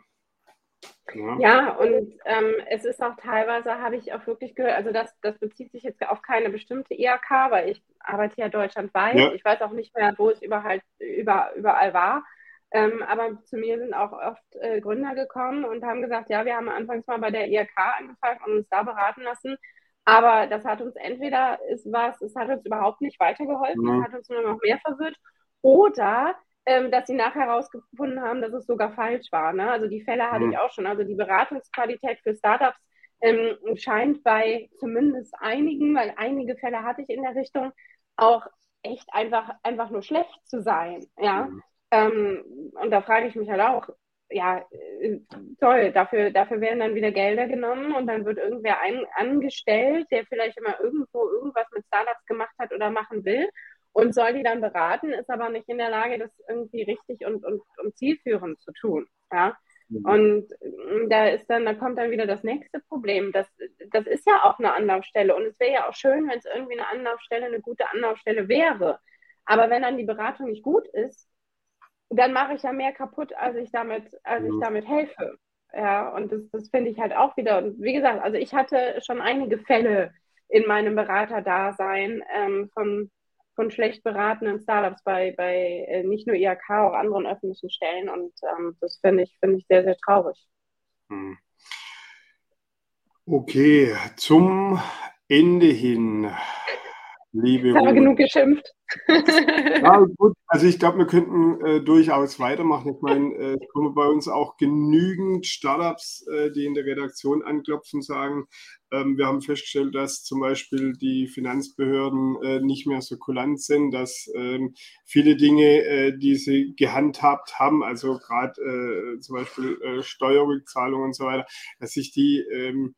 Ja, ja, und ähm, es ist auch teilweise, habe ich auch wirklich gehört, also das, das bezieht sich jetzt auf keine bestimmte I H K, weil ich arbeite ja deutschlandweit. ja, Ich weiß auch nicht mehr, wo es überall, über, überall war. Ähm, aber zu mir sind auch oft äh, Gründer gekommen und haben gesagt, ja, wir haben anfangs mal bei der I H K angefangen und uns da beraten lassen. Aber das hat uns entweder, ist was, es hat uns überhaupt nicht weitergeholfen, es ja, hat uns nur noch mehr verwirrt. Oder ähm, dass sie nachher herausgefunden haben, dass es sogar falsch war. Ne? Also die Fälle hatte ja, ich auch schon. Also die Beratungsqualität für Startups ähm, scheint bei zumindest einigen, weil einige Fälle hatte ich in der Richtung, auch echt einfach, einfach nur schlecht zu sein. Ja? Ähm, und da frage ich mich halt auch, ja, äh, toll, dafür, dafür werden dann wieder Gelder genommen und dann wird irgendwer ein, angestellt, der vielleicht immer irgendwo irgendwas mit Startups gemacht hat oder machen will und soll die dann beraten, ist aber nicht in der Lage, das irgendwie richtig und, und, und zielführend zu tun. Ja? Mhm. Und äh, da ist dann, da kommt dann wieder das nächste Problem. Das, das ist ja auch eine Anlaufstelle. Und es wäre ja auch schön, wenn es irgendwie eine Anlaufstelle, eine gute Anlaufstelle wäre. Aber wenn dann die Beratung nicht gut ist, dann mache ich ja mehr kaputt, als ich damit, als ich Mhm. damit helfe. Ja, und das, das finde ich halt auch wieder. Und wie gesagt, also ich hatte schon einige Fälle in meinem Beraterdasein ähm, von, von schlecht beratenden Startups bei, bei äh, nicht nur I H K, auch anderen öffentlichen Stellen. Und ähm, das finde ich, finde ich sehr, sehr traurig. Mhm. Okay, zum Ende hin, liebe Jetzt haben wir Ruth. genug geschimpft. Ja, gut, also ich glaube, wir könnten äh, durchaus weitermachen. Ich meine, äh, es kommen bei uns auch genügend Startups, äh, die in der Redaktion anklopfen, sagen, ähm, wir haben festgestellt, dass zum Beispiel die Finanzbehörden äh, nicht mehr so kulant sind, dass ähm, viele Dinge, äh, die sie gehandhabt haben, also gerade äh, zum Beispiel äh, Steuerrückzahlungen und so weiter, dass sich die ähm,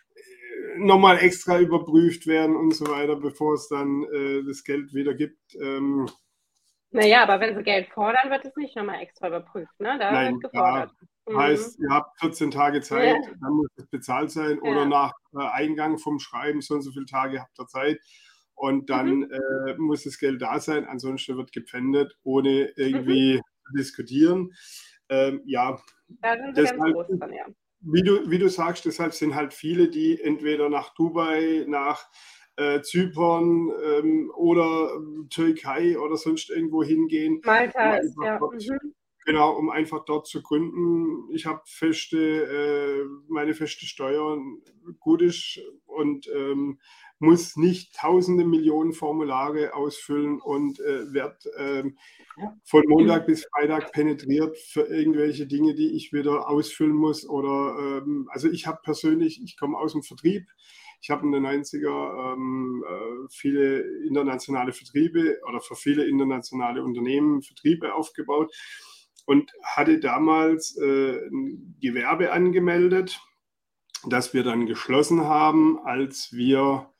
nochmal extra überprüft werden und so weiter, bevor es dann äh, das Geld wieder gibt. Ähm, Naja, aber wenn sie Geld fordern, wird es nicht nochmal extra überprüft, ne? Da wird Nein, ja, gefordert. Mhm. heißt, ihr habt vierzehn Tage Ja, Zeit, dann muss es bezahlt sein oder ja. nach äh, Eingang vom Schreiben, so und so viele Tage habt ihr Zeit und Mhm. dann äh, muss das Geld da sein, ansonsten wird gepfändet, ohne Mhm. irgendwie zu diskutieren. Ähm, ja, Da sind sie ganz deshalb, groß dran, ja. wie du, wie du sagst, deshalb sind halt viele, die entweder nach Dubai, nach äh, Zypern ähm, oder ähm, Türkei oder sonst irgendwo hingehen, um Malta ist einfach ja. dort Mhm. Genau, um einfach dort zu gründen. Ich habe feste, äh, meine feste Steuer gut ist und ähm, muss nicht tausende Millionen Formulare ausfüllen und äh, werde ähm, von Montag bis Freitag penetriert für irgendwelche Dinge, die ich wieder ausfüllen muss. Oder ähm, also ich habe persönlich, ich komme aus dem Vertrieb. Ich habe in den neunziger ähm, äh, viele internationale Vertriebe oder für viele internationale Unternehmen Vertriebe aufgebaut und hatte damals äh, ein Gewerbe angemeldet, das wir dann geschlossen haben, als wir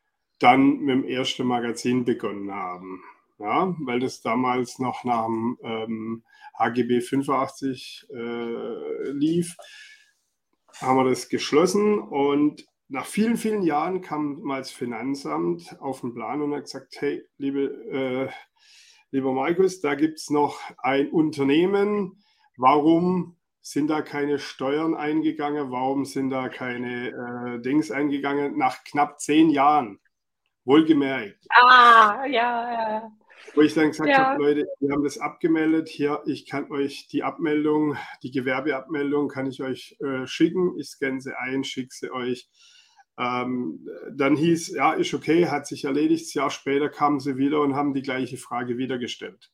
dann mit dem ersten Magazin begonnen haben. Ja, weil das damals noch nach dem ähm, H G B fünfundachtzig äh, lief, haben wir das geschlossen und nach vielen, vielen Jahren kam mal das Finanzamt auf den Plan und hat gesagt, hey, liebe, äh, lieber Markus, da gibt es noch ein Unternehmen, warum sind da keine Steuern eingegangen, warum sind da keine äh, Dings eingegangen, nach knapp zehn Jahren, wohlgemerkt. Ah, ja, ja. Wo ich dann gesagt habe, Ja, Leute, wir haben das abgemeldet. Hier, ich kann euch die Abmeldung, die Gewerbeabmeldung, kann ich euch äh, schicken. Ich scanne sie ein, schicke sie euch. Ähm, dann hieß, ja, ist okay, hat sich erledigt. Das Jahr später kamen sie wieder und haben die gleiche Frage wieder gestellt.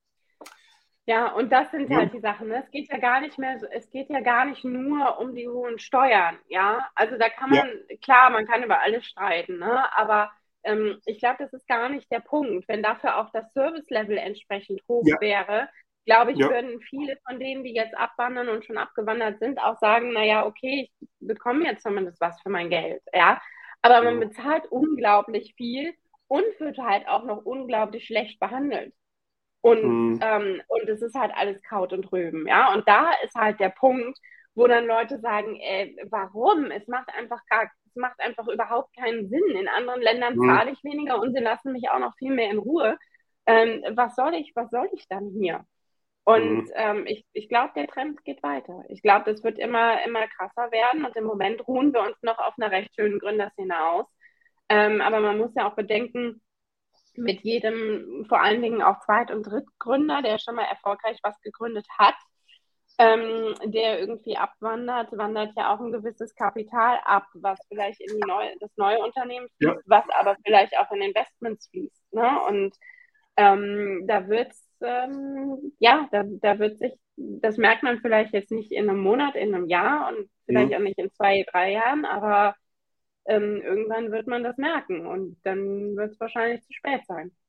ja, und das sind Ja, halt die Sachen. Ne? Es geht ja gar nicht mehr so, es geht ja gar nicht nur um die hohen Steuern, ja. Also da kann ja, man, klar, man kann über alles streiten, ne? Aber ähm, ich glaube, das ist gar nicht der Punkt. Wenn dafür auch das Service-Level entsprechend hoch ja, wäre, glaube ich, ja. würden viele von denen, die jetzt abwandern und schon abgewandert sind, auch sagen, naja, okay, ich bekomme jetzt zumindest was für mein Geld, ja. Aber man Mhm. bezahlt unglaublich viel und wird halt auch noch unglaublich schlecht behandelt. Und, Mhm. ähm, und es ist halt alles Kraut und Rüben, ja. Und da ist halt der Punkt, wo dann Leute sagen, äh, warum? Es macht einfach gar, es macht einfach überhaupt keinen Sinn. In anderen Ländern Mhm. zahle ich weniger und sie lassen mich auch noch viel mehr in Ruhe. Ähm, was soll ich, was soll ich dann hier? Und Mhm. ähm, ich, ich glaube, der Trend geht weiter. Ich glaube, das wird immer, immer krasser werden und im Moment ruhen wir uns noch auf einer recht schönen Gründerszene aus. Ähm, aber man muss ja auch bedenken, mit jedem, vor allen Dingen auch Zweit- und Drittgründer, der schon mal erfolgreich was gegründet hat, ähm, der irgendwie abwandert, wandert ja auch ein gewisses Kapital ab, was vielleicht in die neue, das neue Unternehmen Ja. fließt, was aber vielleicht auch in Investments fließt. Ne? Und ähm, da wird ähm, ja, da, da wird sich, das merkt man vielleicht jetzt nicht in einem Monat, in einem Jahr und vielleicht Mhm. auch nicht in zwei, drei Jahren, aber ähm, irgendwann wird man das merken und dann wird es wahrscheinlich zu spät sein.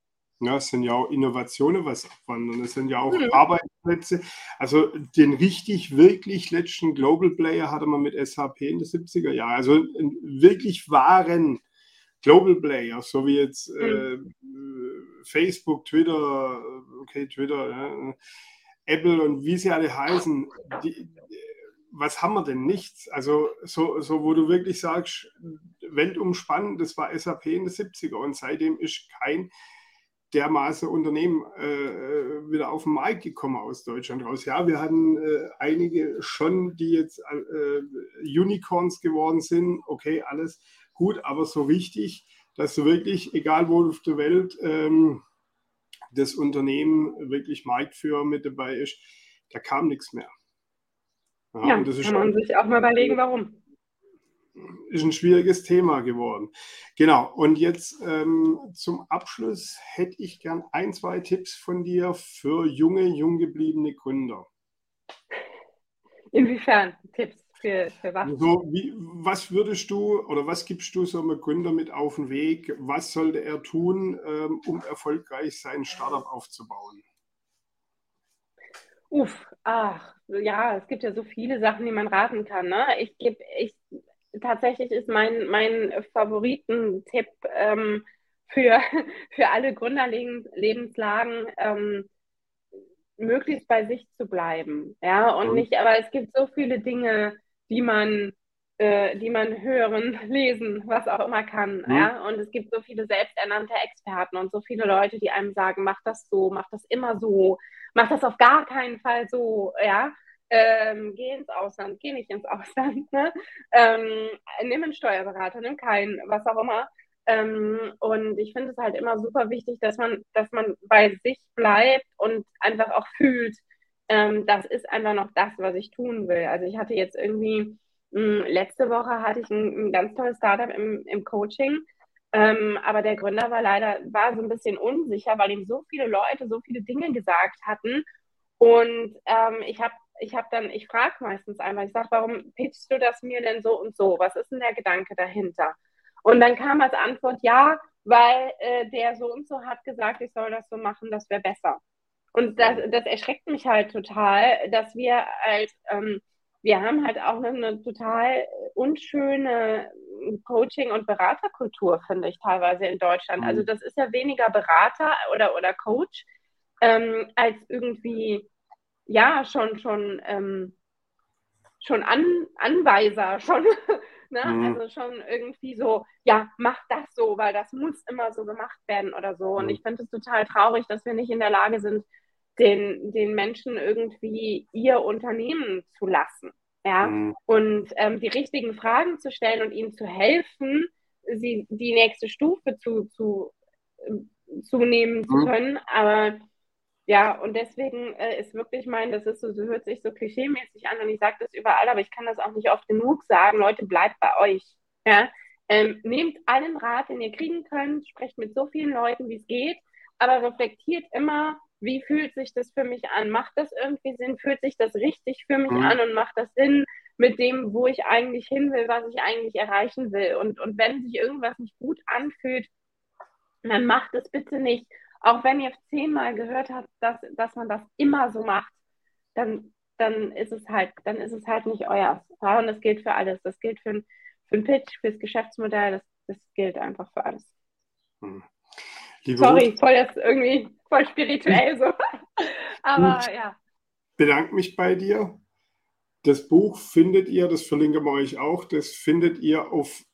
Ja, es sind ja auch Innovationen, was abwandern. Es sind ja auch Mhm. Arbeitsplätze. Also den richtig, wirklich letzten Global Player hatte man mit S A P in den siebziger Jahren. Also einen wirklich wahren Global Player, so wie jetzt äh, Mhm. Facebook, Twitter, okay, Twitter, ja, Apple und wie sie alle heißen. Die, was haben wir denn? Nichts. Also so, so, wo du wirklich sagst, weltumspannend, das war S A P in den siebziger und seitdem ist kein dermaßen Unternehmen äh, wieder auf den Markt gekommen aus Deutschland raus. Ja, wir hatten äh, einige schon, die jetzt äh, Unicorns geworden sind. Okay, alles gut, aber so richtig, dass du wirklich, egal wo auf der Welt, ähm, das Unternehmen wirklich Marktführer mit dabei ist, da kam nichts mehr. Ja, Ja, und das ist kann man sich auch mal überlegen, warum. ist ein schwieriges Thema geworden. Genau, und jetzt ähm, zum Abschluss hätte ich gern ein, zwei Tipps von dir für junge, jung gebliebene Gründer. Inwiefern Tipps für, für was? So, wie, was würdest du oder was gibst du so einem Gründer mit auf den Weg? Was sollte er tun, ähm, um erfolgreich sein Startup aufzubauen? Uff, ach, ja, es gibt ja so viele Sachen, die man raten kann, ne? Ich gebe, ich, tatsächlich ist mein, mein Favoritentipp ähm, für, für alle Gründerlebenslagen, ähm, möglichst bei sich zu bleiben. Ja, und Mhm. nicht, aber es gibt so viele Dinge, die man, äh, die man hören, lesen, was auch immer kann. Mhm. Ja, und es gibt so viele selbsternannte Experten und so viele Leute, die einem sagen, mach das so, mach das immer so, mach das auf gar keinen Fall so. Ja, ähm, geh ins Ausland, geh nicht ins Ausland. Ne? Ähm, nimm einen Steuerberater, nimm keinen, was auch immer. Ähm, und ich finde es halt immer super wichtig, dass man, dass man bei sich bleibt und einfach auch fühlt, ähm, das ist einfach noch das, was ich tun will. Also ich hatte jetzt irgendwie, mh, letzte Woche hatte ich ein, ein ganz tolles Startup im, im Coaching, ähm, aber der Gründer war leider, war so ein bisschen unsicher, weil ihm so viele Leute so viele Dinge gesagt hatten. Und ähm, ich habe ich hab dann, ich frage meistens einmal, ich sage, warum pitchst du das mir denn so und so? Was ist denn der Gedanke dahinter? Und dann kam als Antwort, ja, weil äh, der so und so hat gesagt, ich soll das so machen, das wäre besser. Und das, das erschreckt mich halt total, dass wir halt, ähm, wir haben halt auch eine, eine total unschöne Coaching- und Beraterkultur, finde ich, teilweise in Deutschland. Also Mhm. das ist ja weniger Berater oder, oder Coach, ähm, als irgendwie, ja, schon, schon, ähm, schon An Anweiser, schon, ne? Mhm. Also schon irgendwie so, ja, mach das so, weil das muss immer so gemacht werden oder so. Und Mhm. ich finde es total traurig, dass wir nicht in der Lage sind, den, den Menschen irgendwie ihr Unternehmen zu lassen. Ja, Mhm. und ähm, die richtigen Fragen zu stellen und ihnen zu helfen, sie die nächste Stufe zu, zu, äh, zu nehmen zu Mhm. können. Aber ja, und deswegen äh, ist wirklich mein, das ist so, so hört sich so klischeemäßig an und ich sage das überall, aber ich kann das auch nicht oft genug sagen. Leute, bleibt bei euch. Ja? Ähm, nehmt allen Rat, den ihr kriegen könnt, sprecht mit so vielen Leuten, wie es geht, aber reflektiert immer, wie fühlt sich das für mich an? Macht das irgendwie Sinn? Fühlt sich das richtig für mich Mhm. an und macht das Sinn mit dem, wo ich eigentlich hin will, was ich eigentlich erreichen will? Und, und wenn sich irgendwas nicht gut anfühlt, dann macht es bitte nicht. Auch wenn ihr zehnmal gehört habt, dass, dass man das immer so macht, dann, dann ist es halt, dann ist es halt nicht euer. Ja, und das gilt für alles. Das gilt für, für den Pitch, fürs Geschäftsmodell, das, das gilt einfach für alles. Mhm. Liebe Ruth, Sorry, voll das irgendwie voll ich, spirituell so. ich Aber ja. bedanke mich bei dir. Das Buch findet ihr, das verlinken wir euch auch, das findet ihr auf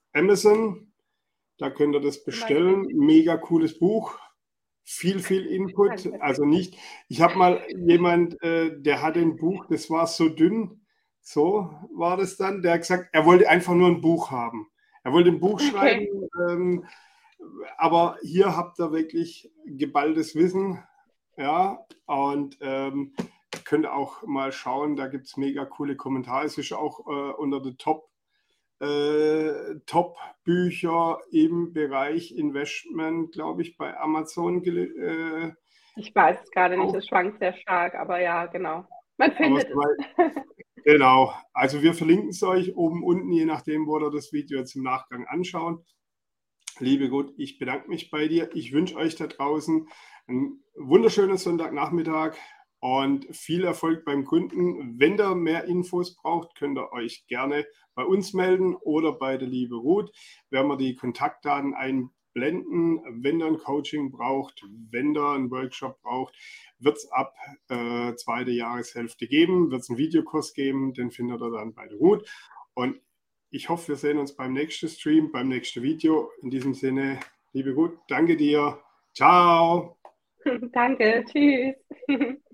Amazon. Da könnt ihr das Zum Beispiel. bestellen. Mega cooles Buch. Viel, viel Input. Danke. Also nicht, ich habe mal jemand, äh, der hatte ein Buch, das war so dünn. So war das dann. Der hat gesagt, er wollte einfach nur ein Buch haben. Er wollte ein Buch schreiben. Okay. Ähm, aber hier habt ihr wirklich geballtes Wissen. Ja, und ähm, könnt auch mal schauen, da gibt es mega coole Kommentare. Es ist auch äh, unter den Top, äh, Top-Bücher im Bereich Investment, glaube ich, bei Amazon. Äh, Ich weiß es gerade nicht, auch, es schwankt sehr stark, aber ja, genau. Man aber findet es. soweit, genau. Also wir verlinken es euch oben, unten, je nachdem, wo ihr das Video jetzt im Nachgang anschaut. Liebe Ruth, ich bedanke mich bei dir. Ich wünsche euch da draußen einen wunderschönen Sonntagnachmittag und viel Erfolg beim Gründen. Wenn ihr mehr Infos braucht, könnt ihr euch gerne bei uns melden oder bei der liebe Ruth. Werden wir die Kontaktdaten einblenden. Wenn ihr ein Coaching braucht, wenn ihr einen Workshop braucht, wird es ab äh, zweite Jahreshälfte geben, wird es einen Videokurs geben, den findet ihr dann bei der Ruth. Und ich hoffe, wir sehen uns beim nächsten Stream, beim nächsten Video. In diesem Sinne, liebe Ruth, danke dir. Ciao. Danke, tschüss.